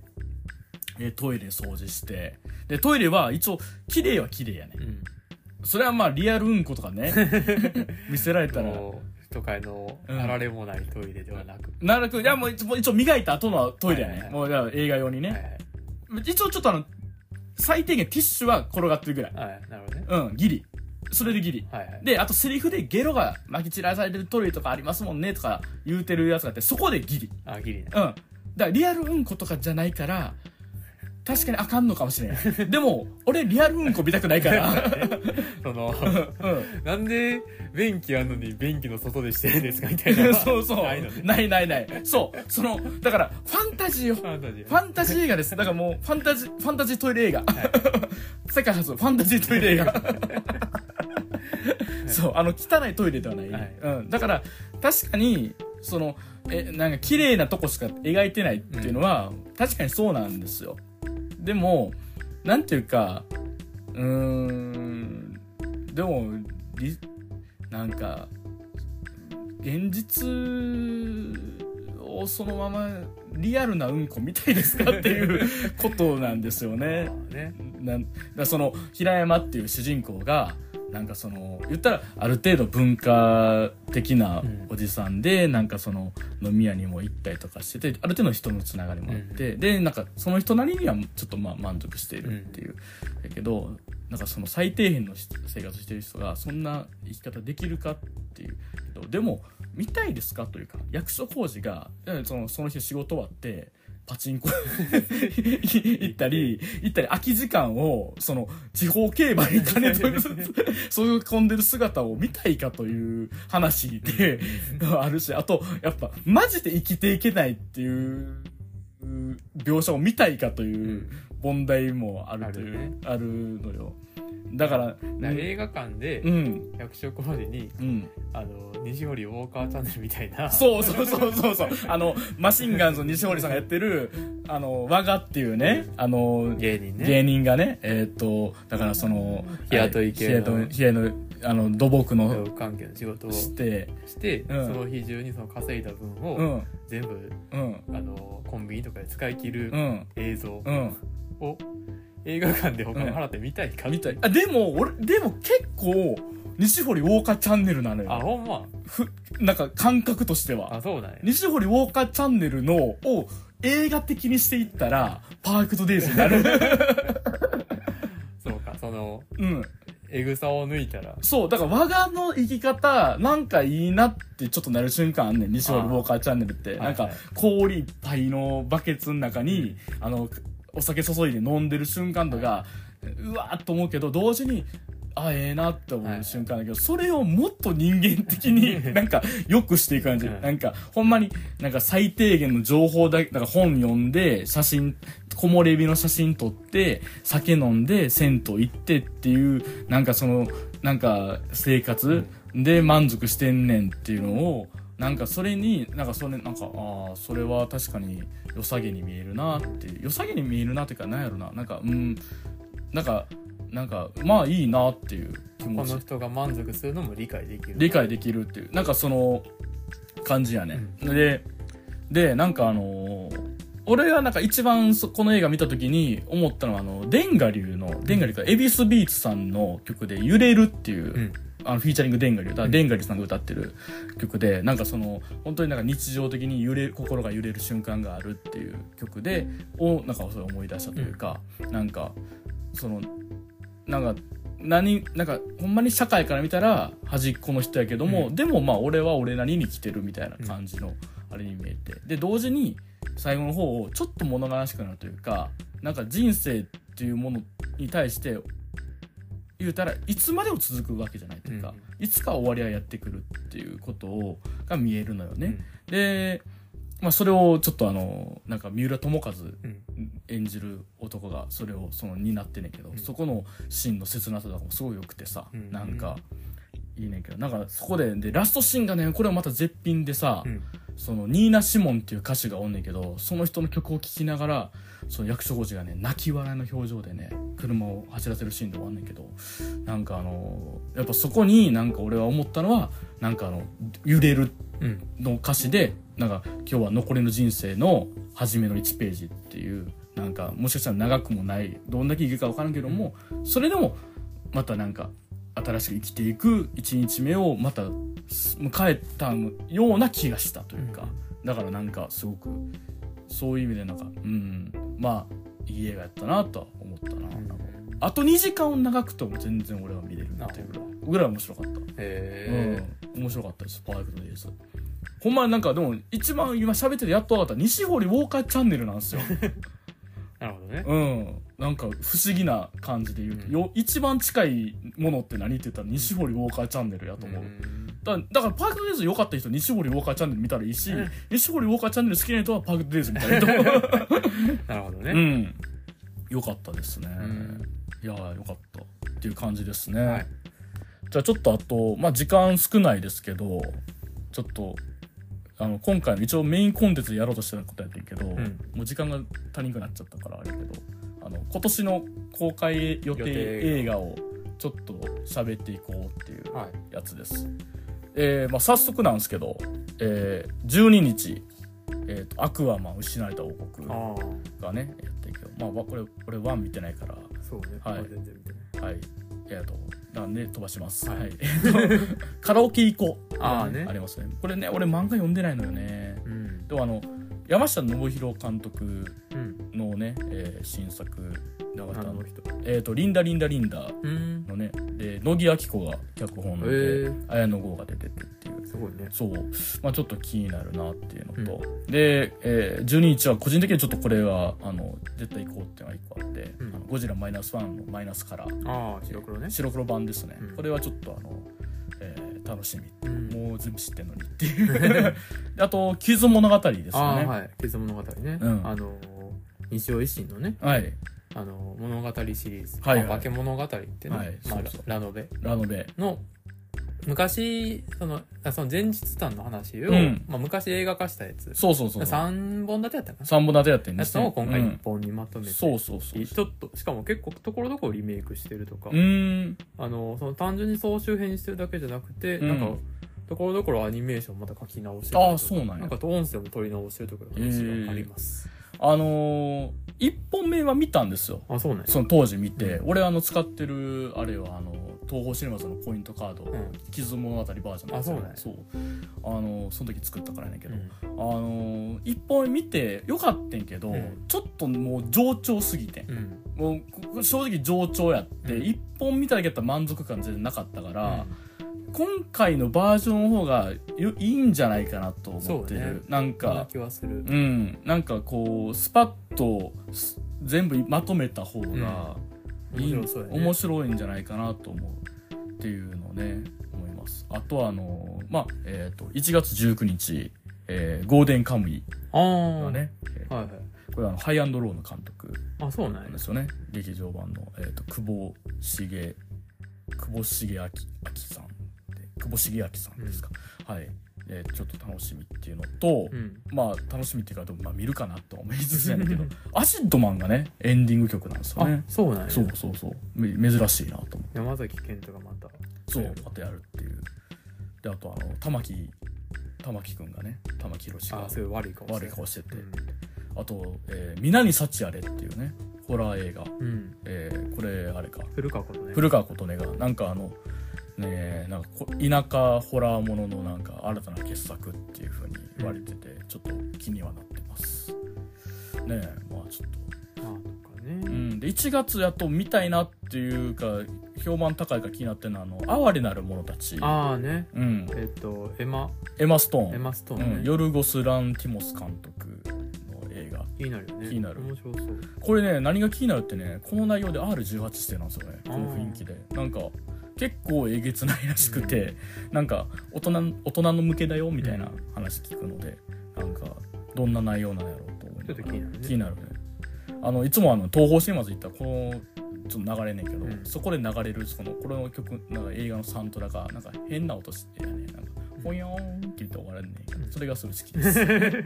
トイレ掃除して、でトイレは一応綺麗は綺麗やね、それはまあリアルうんことかね見せられたら都会のあられもないトイレではなく、 いやもう一応磨いた後のトイレやね、もう映画用にね、一応ちょっと最低限ティッシュは転がってるぐらい、 なるほどね、 ギリそれでギリ、であとセリフでゲロが撒き散らされてるトイレとかありますもんねとか言うてるやつがあって、そこでギリギリね、 だからリアルうんことかじゃないから確かにあかんのかもしれんでも俺リアルうんこ見たくないからなんで便器あんのに便器の外でしてるんですかみたいなそうないそうだからファンタジーファンタジー映画です。だからもうファンタジートイレ映画、世界初ファンタジートイレ映画そう汚いトイレではない、だから確かになんか綺麗なとこしか描いてないっていうのは、確かにそうなんですよ。でもなんていうかでもなんか現実をそのままリアルなうんこみたいですかっていうことなんですよね。だその平山っていう主人公がなんか言ったらある程度文化的なおじさんで、なんか飲み屋にも行ったりとかしてて、ある程度の人のつながりもあって、でなんかその人なりにはちょっと満足しているっていう、だけどなんか最低限の生活してる人がそんな生き方できるかっていうけど、でも見たいですかというか、役所広司がその日仕事終わってパチンコ行ったり空き時間を地方競馬に金とそういう込んでる姿を見たいかという話であるし、あとやっぱマジで生きていけないっていう描写を見たいかという問題もあるという、あるのよ。だから映画館で役所広司に、西堀ウォーカーチャンネルみたいな、 そうマシンガンズの西堀さんがやってる我がっていうね、芸人がね、だから日雇い系の土木の関係の仕事をして、 その日中に稼いだ分を全部コンビニとかで使い切る映像を映画館でお金払って見たいか、 見たい。でも結構西堀ウォーカーチャンネルなのよ。 ほんま。 なんか感覚としては。 そうだね。 西堀ウォーカーチャンネルを映画的にしていったらパーフェクトデイズになる。 そうか、エグさを抜いたら。 そう、だから我がの生き方なんかいいなってちょっとなる瞬間あんねん、西堀ウォーカーチャンネルって。なんか氷いっぱいのバケツの中にお酒注いで飲んでる瞬間とか、うわーっと思うけど、同時にええなって思う瞬間だけど、それをもっと人間的になんか良くしていく感じ。なんかほんまになんか最低限の情報だけ、なんか本読んで木漏れ日の写真撮って酒飲んで銭湯行ってっていう、なんかなんか生活で満足してんねんっていうのを、なんかそれになんかそれは確かに良さげに見えるなっていう、良さげに見えるなっていうか、なんやろな、なんかまあいいなっていう気持ち。 この人が満足するのも理解できるっていう、なんか感じやね、でなんか俺がなんか一番この映画見た時に思ったのはデンガリューかエビスビーツさんの曲で揺れるっていう、フィーチャリングデンガリューだ、デンガリューさんが歌ってる曲で、なんか本当になんか日常的に心が揺れる瞬間があるっていう曲でなんかそれを思い出したというか、なんかほんまに社会から見たら端っこの人やけども、でもまあ俺は俺なりに生きてるみたいな感じのあれに見えて、で同時に最後の方をちょっと物悲しくなるというか、なんか人生っていうものに対して言うたらいつまでも続くわけじゃないというか、いつか終わりはやってくるっていうことが見えるのよね。で、それをちょっとなんか三浦友和演じる男がそれを担ってんねんけど、そこのシーンの切なさとかもすごい良くてさ、なんかいいねんけど、なんかそこでラストシーンがね、これはまた絶品でさ、ニーナ・シモンっていう歌手がおんねんけど、その人の曲を聴きながらその役所広司がね、泣き笑いの表情でね車を走らせるシーンで終わんねんけど、なんかやっぱそこになんか俺は思ったのは、なんか揺れるの歌詞で、なんか今日は残りの人生の初めの1ページっていう、なんかもしかしたら長くもない、どんだけいくか分からんけども、それでもまたなんか新しく生きていく1日目をまた迎えたような気がしたというか、だからなんかすごくそういう意味でなんかいい映画やったなとは思ったな。あと2時間長くても全然俺は見れるっていうぐらい面白かった。面白かったです、パーフェクトデイズ。ほんまなんかでも一番今喋っててやっと分かった、西堀ウォーカーチャンネルなんですよ。 なるほどね。 なんか不思議な感じで言うと、一番近いものって何って言ったら西堀ウォーカーチャンネルやと思う。だからパーフェクトデイズ良かった人西堀ウォーカーチャンネル見たらいいし、西堀ウォーカーチャンネル好きな人はパーフェクトデイズ見たらいいと思う。 なるほどね。 良かったですね。いやー良かったっていう感じですね。じゃあちょっとあと時間少ないですけど、ちょっと今回の一応メインコンテンツでやろうとしてたことやってんけど、もう時間が足りんくなっちゃったからあれやけど、今年の公開予定映画をちょっと喋っていこうっていうやつです。早速なんですけど、12日、アクアマン失われた王国がねやってるけど、これ俺1見てないから、 そうね、全然見てない。 なんで飛ばします。カラオケ行こうありますね。これね俺漫画読んでないのよね。でも山下信弘監督のね、新作リンダリンダリンダのね、で乃木明子が脚本で綾野剛が出ててっていう、 すごいね。 そうちょっと気になるなっていうのと、で、12日は個人的にちょっとこれは絶対行こうっていうのが1個あって、ゴジラマイナス1のマイナスカラー、 白黒ね、 白黒版ですね。これはちょっと楽しみ、もう全部知ってんのにっていうあと傷物語ですよね。 傷物語ね、西尾維新のね、物語シリーズ、化け物語ってね、ラノベの昔その前日譚の話を、昔映画化したやつ、3本立てやったかな、 3本立てやってんやつを今回1本にまとめて、ちょっとしかも結構ところどころリメイクしてるとか、その単純に総集編にしてるだけじゃなくて、なんかところどころアニメーションまた書き直してるとか、 そうなんや、 なんか音声も取り直してるところがあります。 1本目は見たんですよ。 そうね。 その当時見て、俺使ってるあれは東宝シネマズのポイントカード、傷物語バージョンですよね。その時作ったからやねんけど、1本目見てよかったんけど、ちょっともう冗長すぎて、もう正直冗長やって、1本見ただけやったら満足感全然なかったから、今回のバージョンの方がいいんじゃないかなと思ってる。なんかなんかこうスパッと全部まとめた方が面白いんじゃないかなと思うっていうのをね思います。あとは1月19日、ゴールデンカムイがね、これはハイアンドローの監督なんですよね。劇場版の久保茂明さんですか。ちょっと楽しみっていうのと、楽しみっていうか見るかなと思いつつやねんけどアシッドマンがねエンディング曲なんですよね。 そうなんや。 そう珍しいなと思って、 山崎賢人がまたやるっていう。であと玉木くんがね、玉木宏がすごい悪い顔してて、あと皆に幸あれっていうねホラー映画、これあれか古川琴音がなんかなんか田舎ホラーもののなんか新たな傑作っていう風に言われてて、ちょっと気にはなってますね。ちょっとで1月やっと見たいなっていうか評判高いから気になってるのは哀れなる者たち。 エマストーン、 ヨルゴス・ランティモス監督の映映画。 気になるよね。 気になる。 面白そう。 これね、何が気になるってね、この内容で R18 指定なんですよね。この雰囲気で。なんか結構えげつないらしくて、なんか大人の向けだよみたいな話聞くので、なんかどんな内容なんやろうと思う。 ちょっと気になるね。 気になるね。いつも東宝シネマズ行ったらこのちょっと流れねんけど、そこで流れるこの曲なんか映画のサントラがなんか変な音してね、なんかほよーんって言って終わるねんけど、それがすごい好きです。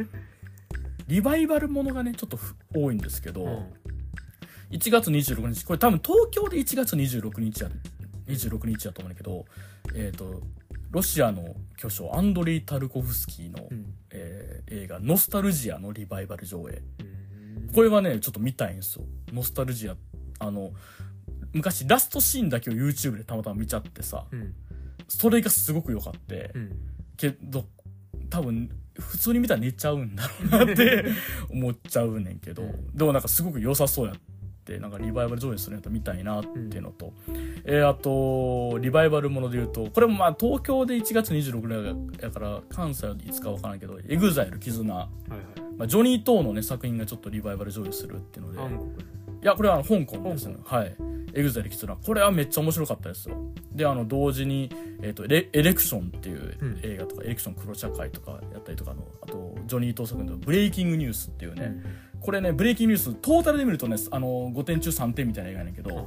リバイバルものがねちょっと多いんですけど、1月26日これ多分東京で1月26日やと思うんだけど、ロシアの巨匠アンドレイ・タルコフスキーの、映画ノスタルジアのリバイバル上映、これはねちょっと見たいんですよ。ノスタルジア昔ラストシーンだけを YouTube でたまたま見ちゃってさ、それがすごく良かって、けど多分普通に見たら寝ちゃうんだろうなって思っちゃうねんけど、でもなんかすごく良さそうやって、なんかリバイバル上映するんやったら見たいなっていうのと、あとリバイバルもので言うと、これもまあ東京で1月26日やから関西はいつか分からんけど、エグザイル絆、まあ、ジョニー・トーのね作品がちょっとリバイバル上映するっていうので、いやこれは香港ですね。はい。エグザイル絆、これはめっちゃ面白かったですよ。で同時にエレクションっていう映画とか、エレクション黒社会とかやったりとかあとジョニー・トー作品のブレイキングニュースっていうね、これねブレイキングニューストータルで見るとね5点中3点みたいな映画やねんけど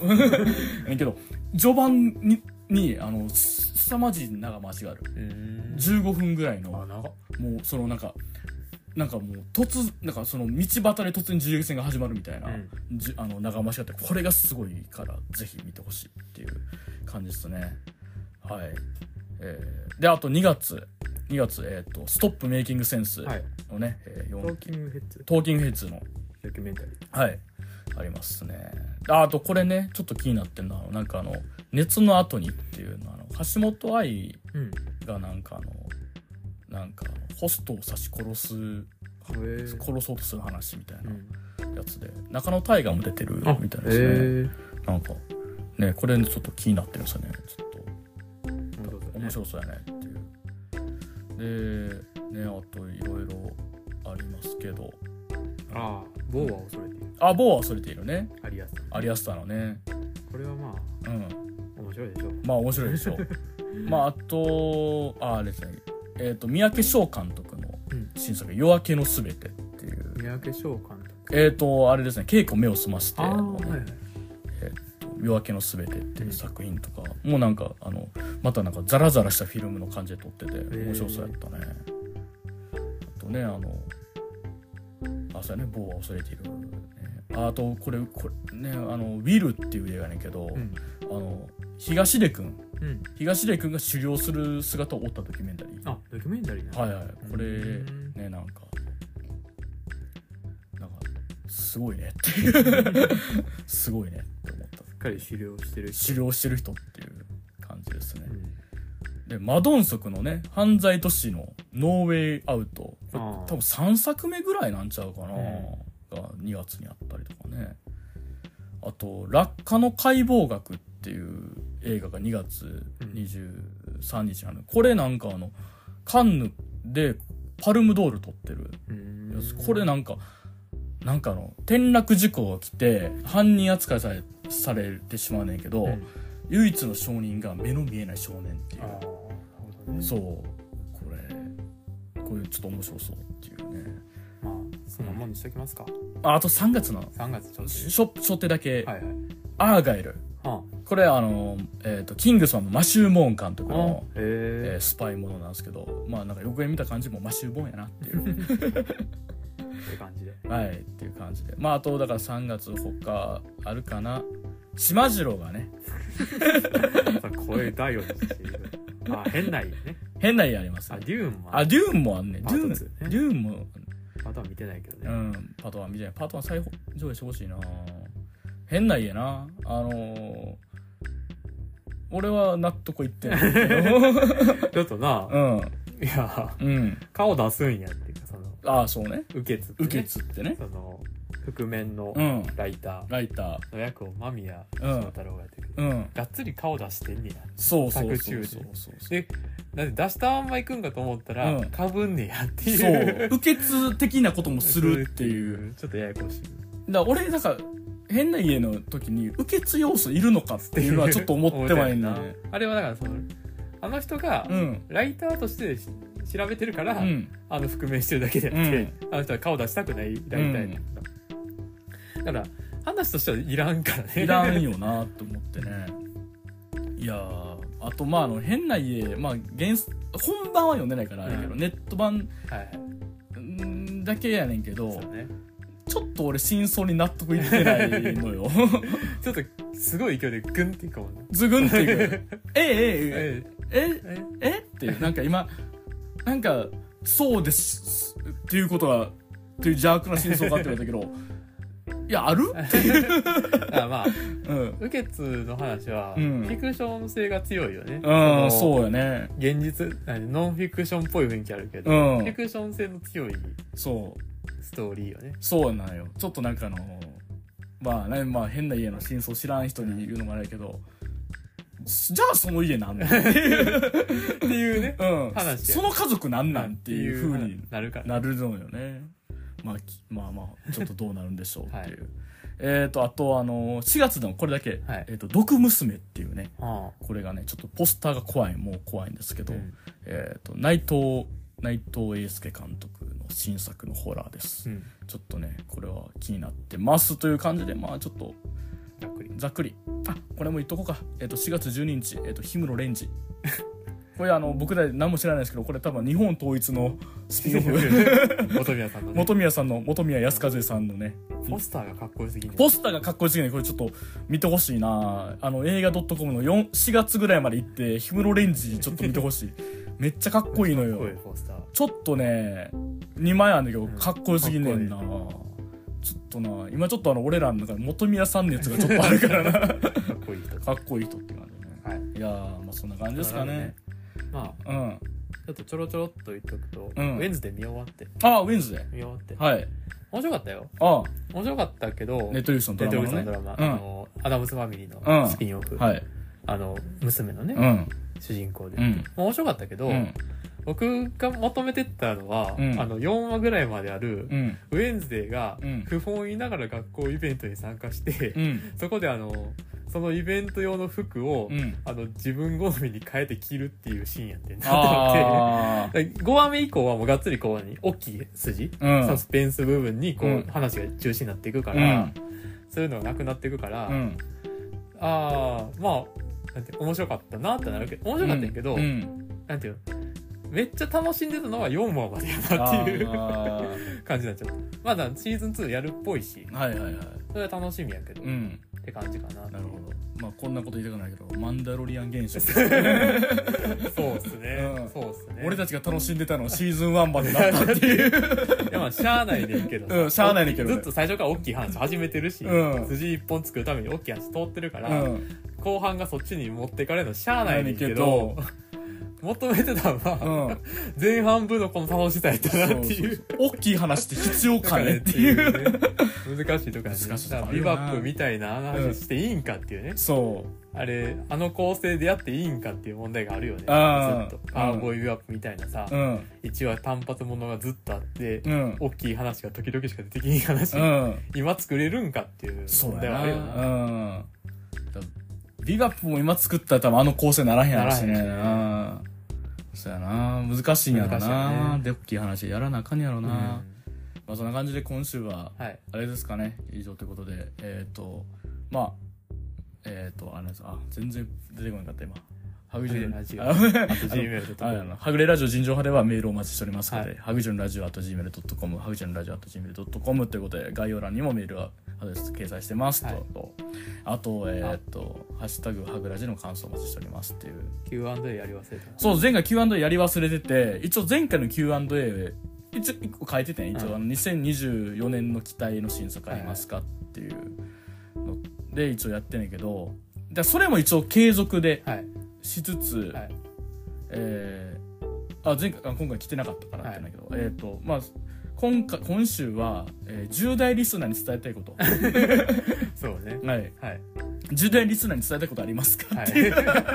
序盤に凄まじい長回しがある。15分ぐらいのもうそのなんかもうなんかその道端で突然銃撃戦が始まるみたいな、長回しがあって、これがすごいからぜひ見てほしいっていう感じですね。はい。であと2月ストップメイキングセンスのね、 トーキングヘッズのドキュメンタリー、 はい、ありますね。あとこれねちょっと気になってるのはなんか熱の後にっていうの橋本愛がなんかホストを刺し殺そうとする話みたいなやつで、中野大河も出てるみたいですね。なんかねこれちょっと気になってるんですよね。ちょっと面白そうやねっていう。でね、あといろいろありますけど、 某は恐れている。 某は恐れているね。 アリアスタのね。 これはまあ面白いでしょう。 まあ面白いでしょう。まああとあれですね。三宅翔監督の新作、夜明けのすべてっていう。 三宅翔監督。 あれですね、稽古目を澄まして、夜明けのすべてっていう作品とか、もうなんかまたなんかザラザラしたフィルムの感じで撮ってて面白そうやったね。あとねそうやね、某は恐れている、ね。あとこれねウィルっていう映画やねんけど、東出くんが狩猟する姿を追ったドキュメンタリー。 ドキュメンタリーはいはい。これねなんかすごいねっていうすごいねって思った。しっかり狩猟してる人っていう感じですね。でマドンソクのね犯罪都市のノーウェイアウト、多分3作目ぐらいなんちゃうかな、が2月にあったりとかね。あと落下の解剖学っていう映画が2月23日なの。これなんかカンヌでパルムドール撮ってるやつ。これなんか転落事故が来て犯人扱いされてしまうねんけど、唯一の証人が目の見えない少年っていう。そうこれちょっと面白そうっていうね。 まあそんなもんにしときますか。 あと3月初手だけ、アーガイル。これキングスマンのマシュー・モーン監督の、スパイものなんですけど、まあなんか横で見た感じもマシュー・モーンやなっていうって感じで、 はいっていう感じで、まああとだから3月他あるかな。島次郎がね声大をしている。変な家ね。 変な家あります、 ね。デューンもデューンもあんねん。デューンもパトワン見てないけどね。 パトワン見てない。パトワン再上映してほしいな。変な家な。俺は納得いってないけどちょっとな、いや、顔出すんやっていうか、 そうね。 受けつってね。 覆面のライターの役を間宮祥太朗がやってるけど、がっつり顔出してんねや。 そうでなんで出したまんま行くんかと思ったら、かぶんねやっていう。 そう。受け継的なこともするっていう。 ちょっとややこしい。 俺、なんか、変な家の時に受け継要素いるのかっていうのはちょっと思ってはいんね。 あれはだからあの人がライターとして調べてるから、覆面してるだけであって、あの人は顔出したくないライターやだから話としてはいらんからね。 いらんよなと思ってね。いやあと変な家、本番は読んでないからあれやけど、ネット版だけやねんけど、ちょっと俺真相に納得いってないのよ。 ちょっとすごい勢いでグンっていくもんね。 ズグンっていく。っていう、なんか今なんかそうですっていうことはっていう邪悪な真相があって言われたけど、いやあるっていう。 雨穴の話はフィクション性が強いよね。 そうやね。 現実ノンフィクションっぽい雰囲気あるけど、フィクション性の強いストーリーよね。 そうなんよ。ちょっとなんか変な家の真相知らん人に言うのもあれやけど、じゃあその家なんなんっていうね、話。その家族なんなんっていう風になるのよね。ちょっとどうなるんでしょうっていう。あと4月のこれだけ、毒娘っていうね、これがねちょっとポスターが怖いんですけど、内藤英介監督の新作のホラーです。ちょっとねこれは気になってますという感じで、ちょっとざっくりこれも言っとこうか。4月12日氷室レンジ。これ僕ら何も知らないですけど、これ多分日本統一のスピンオフ。 本宮さんのね。 本宮康和さんのね。 ポスターがかっこよすぎね。 これちょっと見てほしいな。映画 .com の4月ぐらいまで行って氷室レンジちょっと見てほしい。めっちゃかっこいいのよ。ちょっとね2枚あんだけどかっこよすぎねんな。ちょっとな今ちょっと俺らの中で本宮さん熱がちょっとあるからな。かっこいい人って感じね。いやそんな感じですかね。 ちょっとちょろっと言っとくと、ウェンズデー見終わって。 ウェンズデー見終わって。 はい。 面白かったよ。面白かったけど、 ネットフリックスのドラマ、 アダムスファミリーのスピンオフ。娘のね、主人公で。面白かったけど、僕が求めてったのは、4話ぐらいまである、ウェンズデーが不本意ながら学校イベントに参加して、そこでそのイベント用の服を、自分好みに変えて着るっていうシーンやってんなと思って。5話目以降はもうがっつり大きい筋、サスペンス部分に話が中心になっていくから、そういうのがなくなっていくから、なんて面白かったなってなるけど、面白かったんやけど、なんていうの、めっちゃ楽しんでたのは4話までやなっていう感じになっちゃった。まだシーズン2やるっぽいし、それは楽しみやけど、って感じかな。 なるほど。こんなこと言いたくないけど、マンダロリアン現象。 そうっすね。 俺たちが楽しんでたのはシーズン1までだったっていう。 いやしゃあないねんけど。 しゃあないねんけど。 ずっと最初から大きい話始めてるし、筋一本作るために大きい話通ってるから、後半がそっちに持ってかれるのしゃあないねんけど、求めてたのは、前半部のこの楽しさやったなっていう。 大きい話って必要かねっていう。 難しいとかね。ビバップみたいな話していいんかっていうね。あれ、構成でやっていいんかっていう問題があるよね。ずっと。カーボーイビバップみたいなさ、1話単発ものがずっとあって、大きい話が時々しか出てきない話、今作れるんかっていう問題はあるよな。 ビバップも今作ったら多分構成ならへんやろしね。そうやな、難しいんやろな。でっきい話やらなあかんやろな。そんな感じで今週はあれですかね、以上ということで、全然出てこなかった今。はぐじゅんラジオはぐれラジオ尋常派ではメールをお待ちしておりますので、はぐじゅんラジオ@gmail.com、はぐじゅんラジオ@gmail.com ということで、概要欄にもメールが掲載してますと、あとハッシュタグはぐらじの感想をお待ちしておりますっていう Q&A やり忘れた。 そう、前回 Q&A やり忘れてて、一応前回の Q&A 一応1個書いててね、一応2024年の期待の審査ありますかっていうので一応やってんねんけど、それも一応継続でしつつ、今回来てなかったからってんだけど、 今週は、10代リスナーに伝えたいことそうね、 はい、はい、10代リスナーに伝えたいことありますか、はい、すごい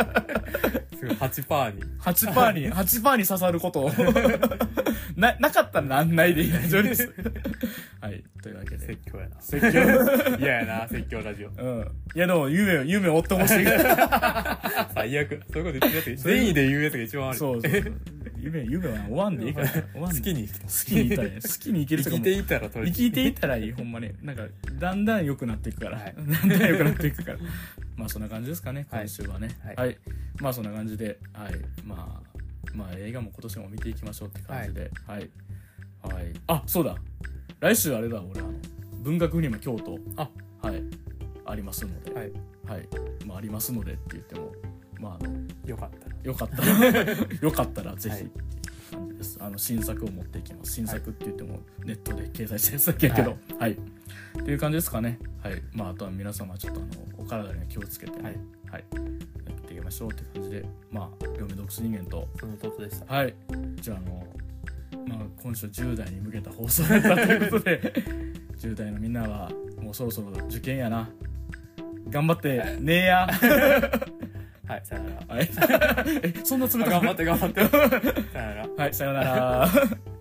8% に刺さることをなかったらなんないで大丈夫ですはいというわけで説教やな説教嫌やな説教ラジオ。 いやでも夢を追ってほしい最悪そういうこと言ってるやつ善意で言うやつが一番悪い。 そう夢は終わんでいいから好きにいたら好きに生きるとかも生きていたら生きていたらいいほんまになんかだんだん良くなっていくから、はい、だんだん良くなっていくからまあそんな感じですかね今週はね、はいはい、まあそんな感じで、はい、まあ映画も今年も見ていきましょうって感じで、はい、はい、あそうだ来週あれだ俺文学フリマ京都はいありますので、はい、はい、まあありますのでって言ってもまあよかったらぜひ、はい、感じです。新作を持っていきます。新作って言ってもネットで掲載してるだけやけど、はい、はい、っていう感じですかね。はい、まああとは皆様ちょっとお体には気をつけてね、はい、はい、やっていきましょうって感じで、まあ両目洞窟人間とそのとおりでした。 はい、じゃあまあ今週10代に向けた放送だったということで、10代のみんなはもうそろそろ受験やな。頑張ってねえや。 はい、さよなら。 はい、そんな冷たく頑張って。さよなら。 はい、さよなら。